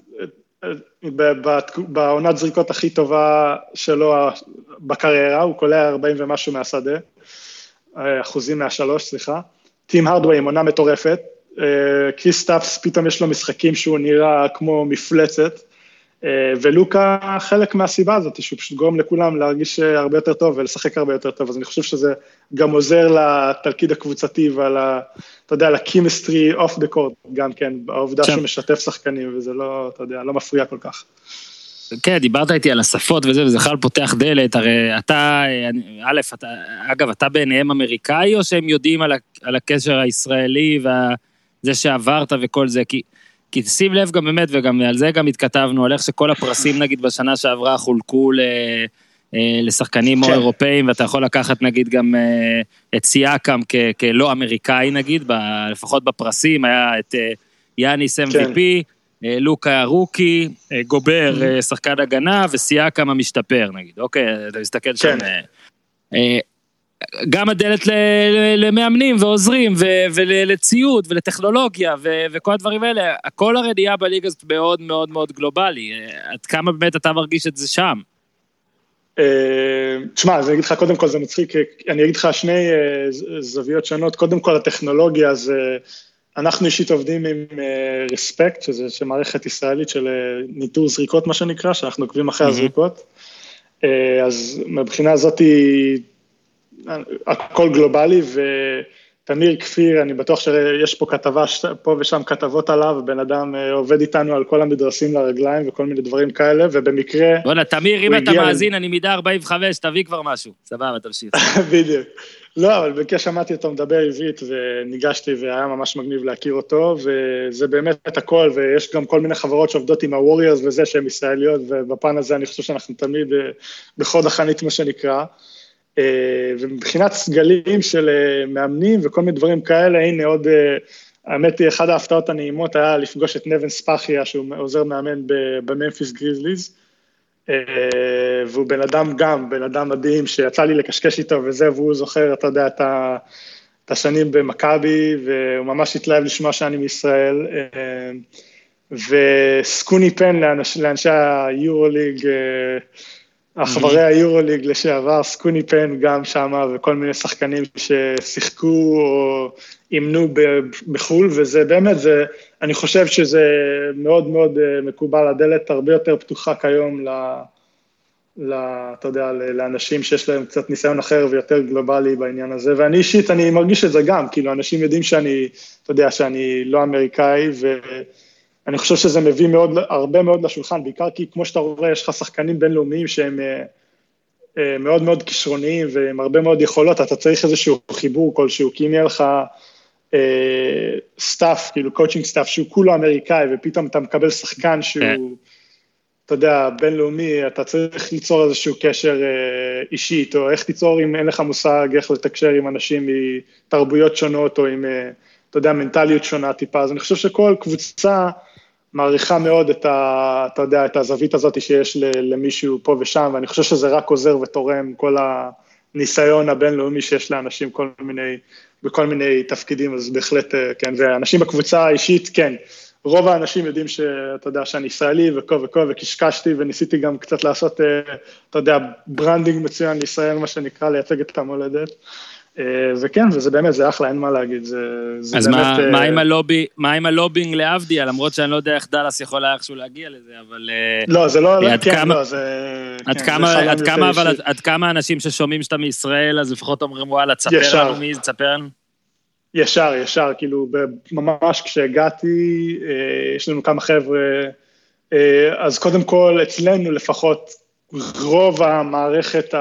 בעונת זריקות הכי טובה שלו בקריירה, הוא קולע 40 ומשהו מהשדה, אחוזים מהשלוש, סליחה, טים ארדווי עם עונה מטורפת, קריסטאפס פתאום יש לו משחקים שהוא נראה כמו מפלצת, ולוקה חלק מהסיבה הזאת, שהוא פשוט גורם לכולם להרגיש הרבה יותר טוב ולשחק הרבה יותר טוב, אז אני חושב שזה גם עוזר לתלכיד הקבוצתי ועל, אתה יודע, לקימיסטרי אוף דה קורט, גם כן, העובדה שהוא משתף שחקנים, וזה לא, אתה יודע, לא מפריע כל כך. כן, דיברת איתי על השפות וזה חל פותח דלת, הרי אתה, א', אגב, אתה ביניהם אמריקאי, או שהם יודעים על הקשר הישראלי, וזה שעברת וכל זה, כי שים לב גם באמת, וגם על זה גם התכתבנו, על איך שכל הפרסים נגיד בשנה שעברה חולקו לשחקנים או אירופאים, ואתה יכול לקחת נגיד גם את סייקם כלא אמריקאי נגיד, לפחות בפרסים, היה את יאניס MVP, לוקה הרוקי, גובר שחקן הגנה, וסייקם המשתפר נגיד, אוקיי, אתה מסתכל שם, גם הדלת למאמנים ועוזרים ולציוד ולטכנולוגיה וכל הדברים האלה, הכל הרי נהיה בליגה הזאת מאוד מאוד מאוד גלובלי, עד כמה באמת אתה מרגיש את זה שם? תשמע, אז אני אגיד לך, קודם כל זה מצחיק, אני אגיד לך שני זוויות שונות, קודם כל הטכנולוגיה, אז אנחנו אישית עובדים עם רספקט, שזה מערכת ישראלית של ניטור זריקות, מה שנקרא, שאנחנו עוקבים אחרי הזריקות, אז מבחינה הזאת הכל גלובלי, ותמיר כפיר, אני בטוח שיש פה כתבה, פה ושם כתבות עליו, בן אדם עובד איתנו על כל המדרסים לרגליים וכל מיני דברים כאלה, ובמקרה... בוא'נה, תמיר, אם אתה מאזין, אני מידה 45, תביא כבר משהו. סבבה, תמשיך. בדיוק. לא, אבל במקרה שמעתי אותו מדבר עברית, וניגשתי, והיה ממש מגניב להכיר אותו, וזה באמת הכל, ויש גם כל מיני חברות שעובדות עם הווריורס וזה, שהן ישראליות, ובפן הזה אני חושב שאנחנו תמיד בחוד החנית, מה שנקרא, ומבחינת סגלים של מאמנים וכל מיני דברים כאלה, הנה עוד, האמת היא, אחד ההפתעות הנעימות היה לפגוש את נבן ספחיה, שהוא עוזר מאמן בממפיס גריזליז, והוא בן אדם מדהים, שיצא לי לקשקש איתו וזה, והוא זוכר, אתה יודע, את השנים במכבי, והוא ממש התלהב לשמוע שאני מישראל, וסקוני פן לאנשי היורוליג, החברי היורוליג לשעבר, סקוני פן גם שם, וכל מיני שחקנים ששיחקו או אימנו בחול, וזה באמת, אני חושב שזה מאוד מאוד מקובל, הדלת הרבה יותר פתוחה כיום אתה יודע, לאנשים שיש להם קצת ניסיון אחר ויותר גלובלי בעניין הזה, ואני אישית, אני מרגיש את זה גם, כאילו אנשים יודעים אתה יודע, שאני לא אמריקאי, ואני חושב שזה מביא הרבה מאוד לשולחן, בעיקר כי כמו שאתה רואה, יש לך שחקנים בינלאומיים שהם מאוד מאוד כישרוניים, ועם הרבה מאוד יכולות, אתה צריך איזשהו חיבור כלשהו, כי אם יהיה לך סטאפ, כאילו קואוצ'ינג סטאפ, שהוא כולו אמריקאי, ופתאום אתה מקבל שחקן שהוא, אתה יודע, בינלאומי, אתה צריך ליצור איזשהו קשר אישית, או איך תיצור אם אין לך מושג, איך לתקשר עם אנשים מתרבויות שונות, או עם, אתה יודע, מנטליות שונה טיפה, אז אני חושב שכל קבוצה מעריכה מאוד אתה יודע, את הזווית הזאת שיש למישהו פה ושם, ואני חושב שזה רק עוזר ותורם כל הניסיון הבינלאומי שיש לאנשים בכל מיני תפקידים, אז בהחלט, כן, ואנשים בקבוצה האישית, כן, רוב האנשים יודעים שאתה יודע, שאני ישראלי וקשקשתי, וניסיתי גם קצת לעשות, אתה יודע, ברנדינג מצוין לישראל, מה שנקרא, לייצג את המולדת, וכן, וזה באמת, זה אחלה, אין מה להגיד, זה אז באמת... מה עם הלובינג לעבדיה, למרות שאני לא יודע איך דלס יכול איכשהו להגיע לזה, אבל... לא, זה לא, כן, לא, זה... עד כמה אנשים ששומעים שאתה מישראל, אז לפחות אומרים, וואלה, תספר לנו מי, תספר לנו. ישר, כאילו, ממש כשהגעתי, יש לנו כמה חבר'ה, אז קודם כל, אצלנו לפחות, רוב המערכת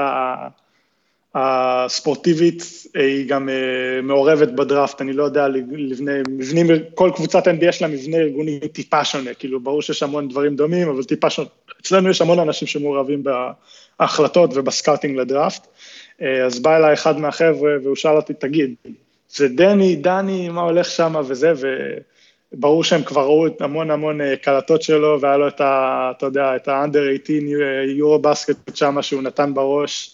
הספורטיבית, היא גם מעורבת בדראפט, אני לא יודע, מבנים, כל קבוצת NBA יש לה מבנה ארגוני טיפה שונה, כאילו, ברור שיש המון דברים דומים, אבל טיפה שונה, אצלנו יש המון אנשים שמעורבים בהחלטות ובסקאוטינג לדראפט, אז בא אליי אחד מהחבר'ה, והוא שאל אותי, תגיד, זה דני, מה הולך שם וזה, וברור שהם כבר ראו המון קלטות שלו, והיה לו אתה יודע, את ה-Under 18 Eurobasket שם, שהוא נתן בראש,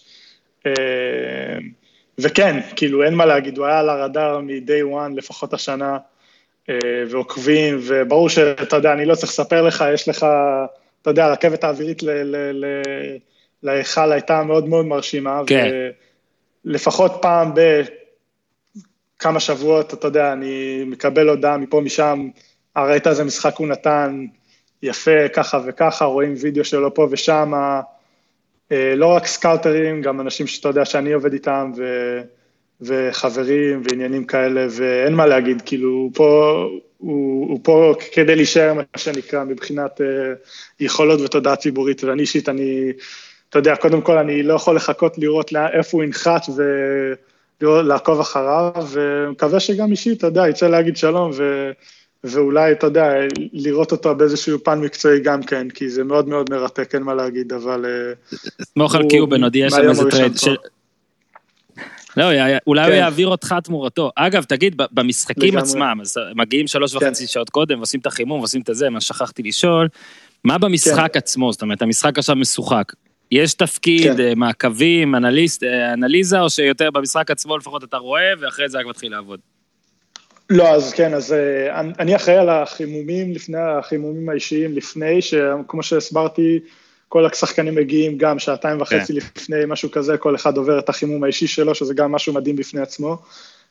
וכן, כאילו אין מה להגיד, הוא היה על הרדאר מ-day one, לפחות השנה, ועוקבים, וברור שאתה יודע, אני לא צריך לספר לך, יש לך, אתה יודע, הרכבת האווירית להיכל הייתה מאוד מאוד מרשימה, ולפחות פעם כמה שבועות, אתה יודע, אני מקבל הודעה מפה משם, ראית איזה משחק הוא נתן, יפה, ככה וככה, רואים וידאו שלו פה ושם, לא רק סקאוטרים, גם אנשים שאתה יודע שאני עובד איתם, וחברים ועניינים כאלה, ואין מה להגיד, כאילו, הוא פה כדי להישאר מה שנקרא, מבחינת יכולות ותודעה ציבורית, ואני אישית, אתה יודע, קודם כל אני לא יכול לחכות לראות איפה הוא ינחת, לעקוב אחריו, ומקווה שגם אישית, אתה יודע, יצא להגיד שלום, ואולי, אתה יודע, לראות אותו באיזשהו פן מקצועי גם כן, כי זה מאוד מאוד מרתק, אין מה להגיד, אבל... סמוך על קיובן, עוד יש שם איזה טרייד. לא, אולי הוא יעביר אותך תמורתו. אגב, תגיד, במשחקים עצמם, אז מגיעים 3.5 שעות קודם, ועושים את החימום, ועושים את זה, מה שכחתי לשאול, מה במשחק עצמו, זאת אומרת, המשחק עכשיו משוחק, יש תפקיד, מעקבים, אנליזה, או שיותר במשחק עצמו לפחות אתה רואה, ואחרי זה רק מתחיל לעבוד? לא, אז כן, אז אני אחראי על החימומים האישיים לפני, שכמו שהסברתי, כל השחקנים מגיעים גם 2.5 לפני משהו כזה, כל אחד עובר את החימום האישי שלו, שזה גם משהו מדהים בפני עצמו.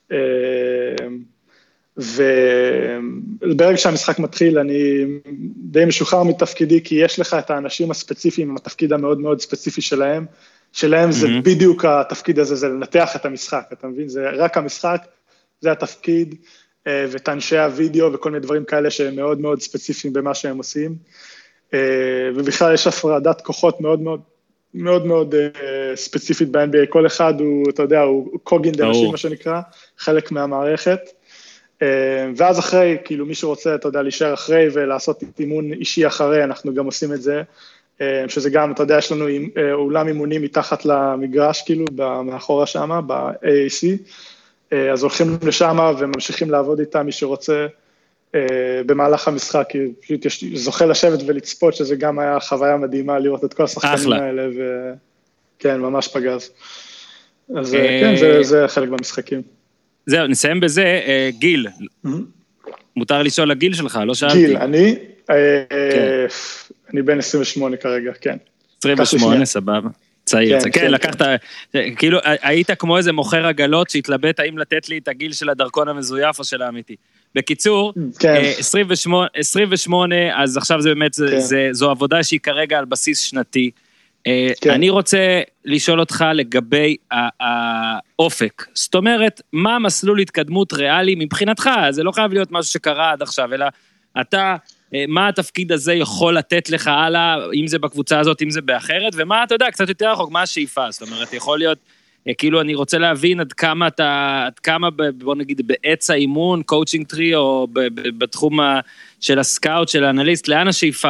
וברגע שהמשחק מתחיל, אני די משוחרר מתפקידי, כי יש לך את האנשים הספציפיים, התפקיד המאוד מאוד ספציפי שלהם זה בדיוק התפקיד הזה, זה לנתח את המשחק, אתה מבין? זה רק המשחק, זה התפקיד, ואת אנשי הוידאו וכל מיני דברים כאלה שהם מאוד מאוד ספציפיים במה שהם עושים, ובכלל יש הפרדת כוחות מאוד מאוד, מאוד מאוד ספציפית ב-NBA, כל אחד הוא, אתה יודע, הוא קוגינד אנשים, מה שנקרא, חלק מהמערכת, ואז אחרי, כאילו מי שרוצה, אתה יודע, להישאר אחרי ולעשות אימון אישי אחרי, אנחנו גם עושים את זה, שזה גם, אתה יודע, יש לנו אולם אימונים מתחת למגרש, כאילו, מאחורה שמה, ב-AAC, אז הולכים לשם וממשיכים לעבוד איתם, מי שרוצה במהלך המשחק, כי פשוט זוכה לשבת ולצפות, שזה גם היה חוויה מדהימה לראות את כל השחקנים האלה, וכן, ממש פגז. אז כן, זה חלק במשחקים. זהו, נסיים בזה, גיל. מותר לשאול לגיל שלך, לא שאלתי. גיל, אני בן 28 כרגע, כן. 28, סבבה. צעיר, כן, לקחת, כאילו, היית כמו איזה מוכר עגלות שהתלבט האם לתת לי את הגיל של הדרכון המזויף או של האמיתי. בקיצור, 28, אז עכשיו זה באמת, זו עבודה שהיא כרגע על בסיס שנתי. אני רוצה לשאול אותך לגבי האופק. זאת אומרת, מה המסלול התקדמות ריאלי מבחינתך? זה לא חייב להיות משהו שקרה עד עכשיו, אלא אתה, מה התפקיד הזה יכול לתת לך הלאה, אם זה בקבוצה הזאת, אם זה באחרת, ומה אתה יודע, קצת יותר רחוק, מה השאיפה? זאת אומרת, יכול להיות, כאילו אני רוצה להבין עד כמה בוא נגיד בעץ האימון, קואוצ'ינג טרי, או בתחום של הסקאוט, של האנליסט, לאן השאיפה?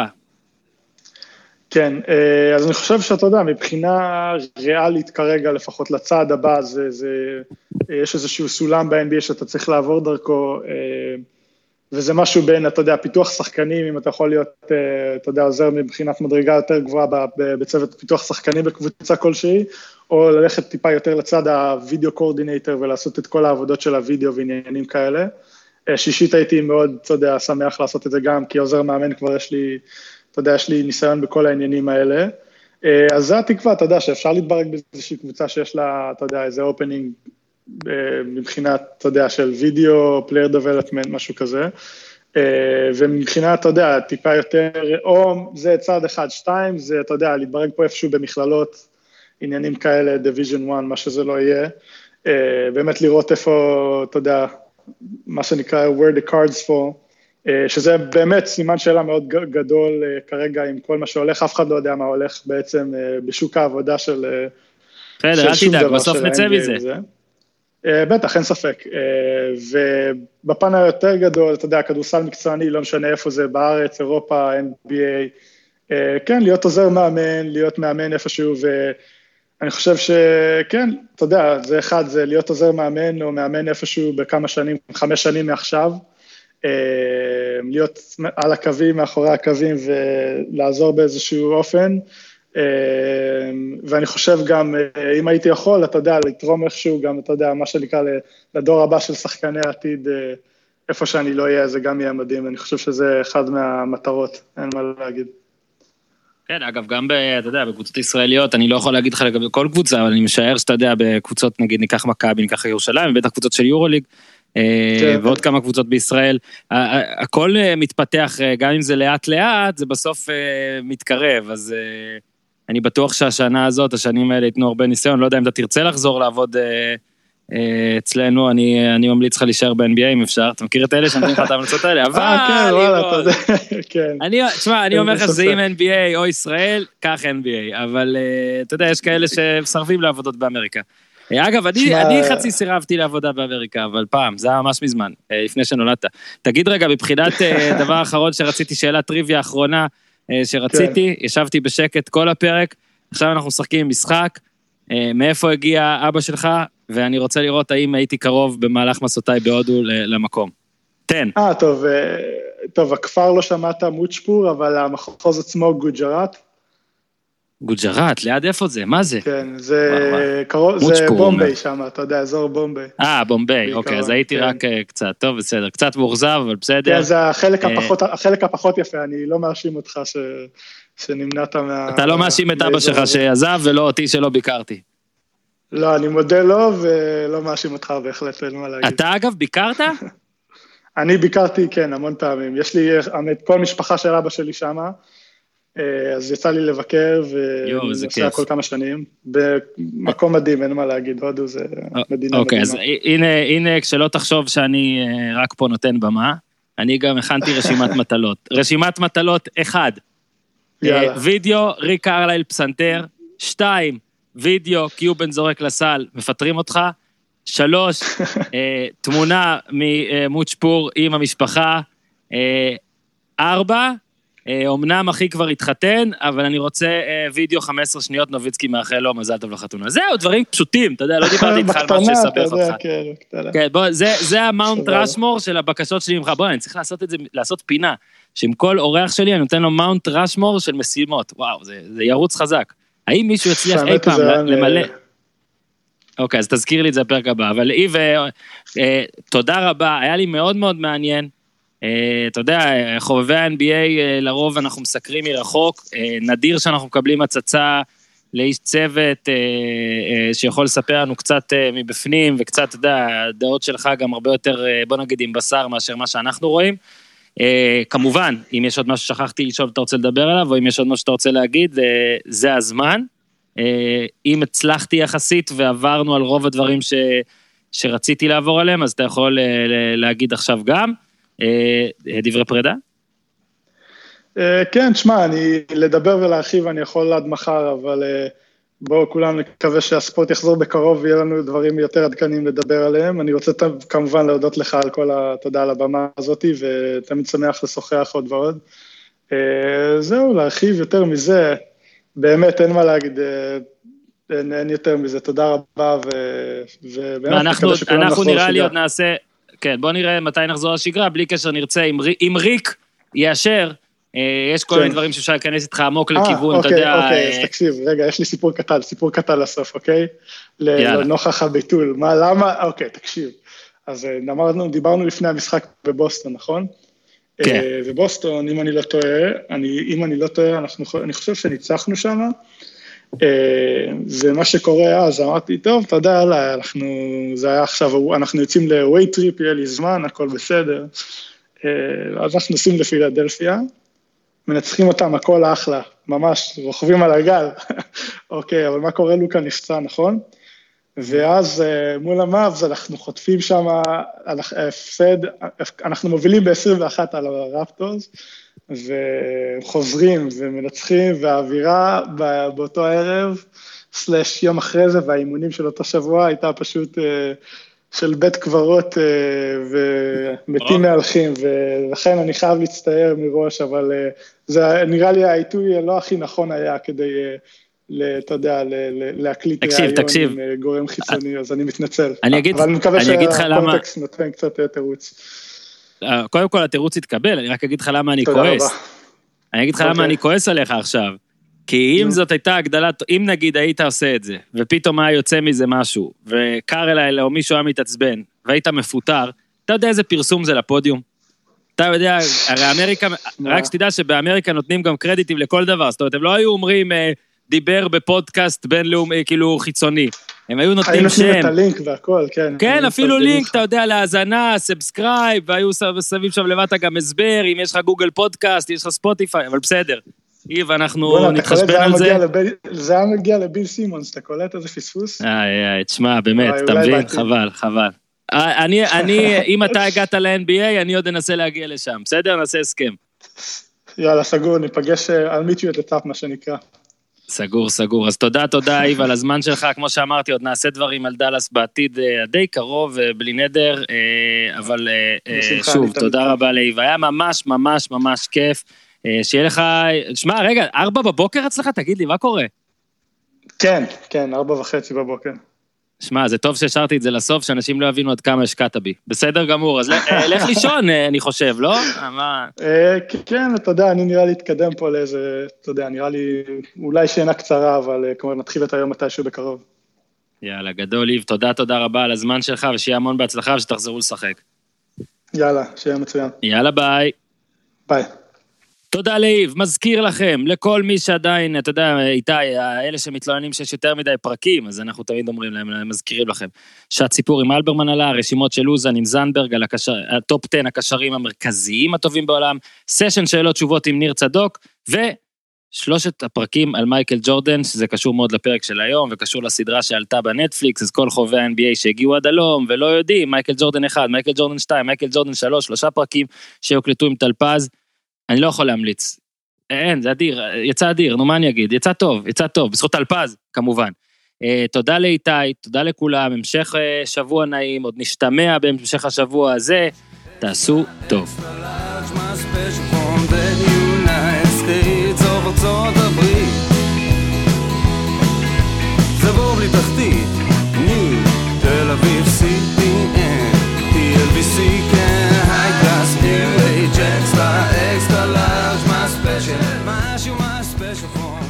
כן, אז אני חושב שאתה יודע, מבחינה ריאלית כרגע, לפחות לצעד הבא, יש איזשהו סולם ב-NBA שאתה צריך לעבור דרכו, וזה משהו בין, אתה יודע, פיתוח שחקנים, אם אתה יכול להיות, אתה יודע, עוזר מבחינת מדרגה יותר גבוהה בצוות פיתוח שחקנים בקבוצה כלשהי, או ללכת טיפה יותר לצד הווידאו קורדינטור, ולעשות את כל העבודות של הווידאו ועניינים כאלה. שישית הייתי מאוד, אתה יודע, שמח לעשות את זה גם, כי עוזר מאמן כבר יש לי, אתה יודע, יש לי ניסיון בכל העניינים האלה. אז זה התקווה, אתה יודע, שאפשר להתברג באיזושהי קבוצה שיש לה, אתה יודע, איזה אופנינג, מבחינת, אתה יודע, של וידאו, פלייר דבלפמנט, משהו כזה, ומבחינת, אתה יודע, טיפה יותר, או זה צעד 1-2, זה, אתה יודע, להתברג פה איפשהו במכללות, עניינים כאלה, Division 1, מה שזה לא יהיה, באמת לראות איפה, אתה יודע, מה שנקרא, where the cards fall, שזה באמת סימן שאלה מאוד גדול כרגע עם כל מה שהולך, אף אחד לא יודע מה הולך בעצם בשוק העבודה של בסדר, אל תדאג, בסוף נצא מזה. בטח, אין ספק, ובפן היותר גדול, אתה יודע, כדורסל מקצועני, לא משנה איפה זה, בארץ, אירופה, NBA, כן, להיות עוזר מאמן, להיות מאמן איפשהו, ואני חושב שכן, אתה יודע, זה אחד, זה להיות עוזר מאמן, או מאמן איפשהו בכמה שנים, 5 שנים מעכשיו, להיות על הקווים, מאחורי הקווים, ולעזור באיזשהו אופן, ואני חושב גם, אם הייתי יכול, אתה יודע, לתרום איכשהו גם, אתה יודע, מה שנקרא לדור הבא של שחקני העתיד, איפה שאני לא אהיה, זה גם יהיה מדהים, אני חושב שזה אחד מהמטרות, אין מה להגיד. כן, אגב, גם, אתה יודע, בקבוצות ישראליות, אני לא יכול להגיד לך לגבי כל קבוצה, אבל אני משער שאתה יודע, בקבוצות, נגיד, ניקח מכבי, ניקח ירושלים, בטח קבוצות של יורוליג, ועוד כמה קבוצות בישראל, הכל מתפתח, גם אם זה לאט לאט, זה בסוף מתקרב, אז אני בטוח שהשנה הזאת, השנים האלה ייתנו הרבה ניסיון, לא יודע אם אתה תרצה לחזור לעבוד אצלנו, אני ממליץ לך להישאר ב-NBA אם אפשר, אתה מכיר את אלה שנותנים לך את ההמלצות האלה, אבל תשמע, אני אומר לך שזה אם NBA או ישראל, כך NBA, אבל אתה יודע, יש כאלה שמסרבים לעבודות באמריקה. אגב, אני חצי סירבתי לעבודה באמריקה, אבל פעם, זה היה ממש מזמן, לפני שנולדת. תגיד רגע, מבחינת דבר אחרון שרציתי, שאלה טריוויה אחרונה, שרציתי, ישבתי בשקט כל הפרק, עכשיו אנחנו משחקים משחק, מאיפה הגיע אבא שלך, ואני רוצה לראות האם הייתי קרוב במהלך מסעותיי בהודו למקום. תן. טוב, הכפר לא שמעת מוצ'פור, אבל המחוז עצמו גוג'רת. גוג'רת, ליד איפה זה? מה זה? כן, זה בומביי שם, אתה יודע, אזור בומביי. בומביי, אוקיי, אז הייתי רק קצת, טוב, בסדר, קצת מאוכזב, אבל בסדר. כן, זה החלק הפחות יפה, אני לא מאשים אותך שנמנעת מה... אתה לא מאשים את אבא שלך שעזב, ולא אותי שלא ביקרתי. לא, אני מודה לו, ולא מאשים אותך בהחלט, אין מה להגיד. אתה אגב ביקרת? אני ביקרתי, כן, המון פעמים. יש לי כל משפחה של אבא שלי שמה, אז יצא לי לבקר, ונוסע כל כמה שנים. במקום מדהים, אין מה להגיד, הודו זה מדינה מדהימה. אוקיי, אז הנה, כשלא תחשוב שאני רק פה נותן במה, אני גם הכנתי רשימת מטלות. רשימת מטלות 1, וידאו ריק קרלייל פסנתר, 2, וידאו קיובן זורק לסל, מפטרים אותך, 3, תמונה ממוצ'פור עם המשפחה, 4, אמנם אחי כבר התחתן, אבל אני רוצה וידאו 15 שניות נוביצקי מאחל לו, מזל טוב לחתונה. זהו, דברים פשוטים, אתה יודע, לא דיברתי איתך על מה שסבך אותך. כן, בוא, זה המאונט רשמור של הבקשות שלי ממך, בוא, אני צריך לעשות את זה, לעשות פינה, שעם כל אורח שלי אני נותן לו מאונט רשמור של משימות, וואו, זה ירוץ חזק. האם מישהו יצליח אי פעם למלא? אוקיי, אז תזכיר לי את זה בפרק הבא, אבל איב, תודה רבה, היה לי מאוד מאוד מעניין, אתה יודע, חובבי ה-NBA לרוב אנחנו מסקרים מרחוק, נדיר שאנחנו מקבלים הצצה לאיש צוות שיכול לספר לנו קצת מבפנים, וקצת, אתה יודע, הדעות שלך גם הרבה יותר, בוא נגיד, עם בשר מאשר מה שאנחנו רואים. כמובן, אם יש עוד משהו ששכחתי לשאול אתה רוצה לדבר עליו, או אם יש עוד משהו שאתה רוצה להגיד, זה הזמן. אם הצלחתי יחסית ועברנו על רוב הדברים שרציתי לעבור עליהם, אז אתה יכול להגיד עכשיו גם. דברי פרידה? כן, תשמע, אני לדבר ולהרחיב אני יכול עד מחר, אבל בואו כולם נקווה שהספורט יחזור בקרוב ויהיה לנו דברים יותר עדכניים לדבר עליהם. אני רוצה כמובן להודות לך על כל התודה על הבמה הזאת, ותמיד שמח לשוחח עוד ועוד. זהו, להרחיב יותר מזה, באמת אין מה להגיד, אין יותר מזה, תודה רבה, אנחנו נראה לי עוד נעשה, כן, בוא נראה מתי נחזור לשגרה, בלי קשר נרצה, אם ריק יאשר, יש כל מיני דברים שאפשר להיכנס איתך עמוק לכיוון, אתה יודע... אוקיי, אז תקשיב, רגע, יש לי סיפור קטן לסוף, אוקיי? לנוכח הביטול, מה, למה? אוקיי, תקשיב. אז דיברנו לפני המשחק בבוסטון, נכון? כן. ובוסטון, אם אני לא טועה, אני חושב שניצחנו שם, ומה שקורה אז, אמרתי, טוב, אתה יודע, זה היה עכשיו, אנחנו יוצאים ל-way trip, יהיה לי זמן, הכל בסדר, אז אנחנו נוסעים לפילדלפיה, מנצחים אותם, הכל אחלה, ממש, רוכבים על הגל, אוקיי, אבל מה קורה? לוקה נפצע, נכון? ואז מול המאבס אנחנו חוטפים שם על הפסד, אנחנו מובילים ב-21 על הרפטורס, וחוזרים ומנצחים, והאווירה באותו ערב, סלש יום אחרי זה, והאימונים של אותו שבוע הייתה פשוט של בית קברות ומתים מהלכים, ולכן אני חייב להצטער מראש, אבל זה נראה לי העיתוי לא הכי נכון היה כדי... אתה יודע, להקליט רעיון עם גורם חיצוני, אז אני מתנצל. אבל אני מקווה שהקונטקסט נותן קצת תירוץ. קודם כל התירוץ יתקבל, אני רק אגיד לך למה אני כועס. אני אגיד לך למה אני כועס עליך עכשיו. כי אם זאת הייתה הגדלה, אם נגיד היית עושה את זה, ופתאום היה יוצא מזה משהו, וקר אליי או מישהו היה מתעצבן, והיית מפוטר, אתה יודע איזה פרסום זה לפודיום? אתה יודע, הרי אמריקה, רק שתדע שבאמריקה נותנים גם קרדיטים לכל דבר, זאת אומרת, הם לא היו אומרים... דיבר בפודקאסט בינלאומי, כאילו חיצוני. הם היו נותנים שם. היינו את הלינק והכל, כן. כן, אפילו לינק, אתה יודע, להאזנה, סאבסקרייב, והיו סביב שם לבטה גם הסבר, אם יש לך גוגל פודקאסט, יש לך ספוטיפיי, אבל בסדר. איב, אנחנו נתחשבן על זה. זה היה מגיע לביל סימונס, אתה קולט איזה פספוס? תשמע, באמת, אתה מבין? חבל. אם אתה הגעת ל-NBA, אני עוד אנסה להגיע לשם. בסדר? נעשה הסכם. יאללה, סגור, ניפגש על מיטו את הטאפ, מה שנקרא. סגור. אז תודה, איב, על הזמן שלך. כמו שאמרתי, עוד נעשה דברים על דלס בעתיד די קרוב, בלי נדר, אבל שוב, תודה רבה לאיב. היה ממש כיף. שיהיה לך, שמע, רגע, 4 בבוקר אצלך? תגיד לי, מה קורה? כן, 4:30 בבוקר. שמע, זה טוב שהשארתי את זה לסוף, שאנשים לא יבינו עד כמה השקעת בי. בסדר גמור, אז לך לישון, אני חושב, לא? כן, אתה יודע, אני נראה לי להתקדם פה לאיזה, אתה יודע, נראה לי אולי שינה קצרה, אבל כמו נתחיל את היום מתישהו בקרוב. יאללה, גדול, איב, תודה רבה על הזמן שלך, ושיהיה המון בהצלחה, ושתחזרו לשחק. יאללה, שיהיה מצוין. יאללה, ביי. ביי. תודה לאיב, מזכיר לכם, לכל מי שעדיין, אתה יודע, איתי, אלה שמתלוננים שיש יותר מדי פרקים, אז אנחנו תמיד אומרים להם, מזכירים לכם, שהציפור עם אלברמן עלה, רשימות של אוזן עם זנברג, על הטופ 10 הקשרים המרכזיים הטובים בעולם, סשן שאלות תשובות עם ניר צדוק, ושלושת הפרקים על מייקל ג'ורדן, שזה קשור מאוד לפרק של היום, וקשור לסדרה שעלתה בנטפליקס, אז כל חובי ה-NBA שהגיעו עד הלום, ולא יודעים, מייקל ג'ורדן 1, מייקל ג'ורדן 2, מייקל ג'ורדן 3, 3 פרקים שהוקלטו עם טלפז, אני לא יכול להמליץ. אין, זה אדיר, יצא אדיר, נו מה אני אגיד, יצא טוב, בזכות אלפז, כמובן. תודה לאיתי, תודה לכולם, המשך שבוע נעים, עוד נשתמע בהמשך השבוע הזה, תעשו טוב. זבור בלי תחתית, ניו, תל אביב, CPN, TLBC, כן, היי קלאס, English, extra large, my special form.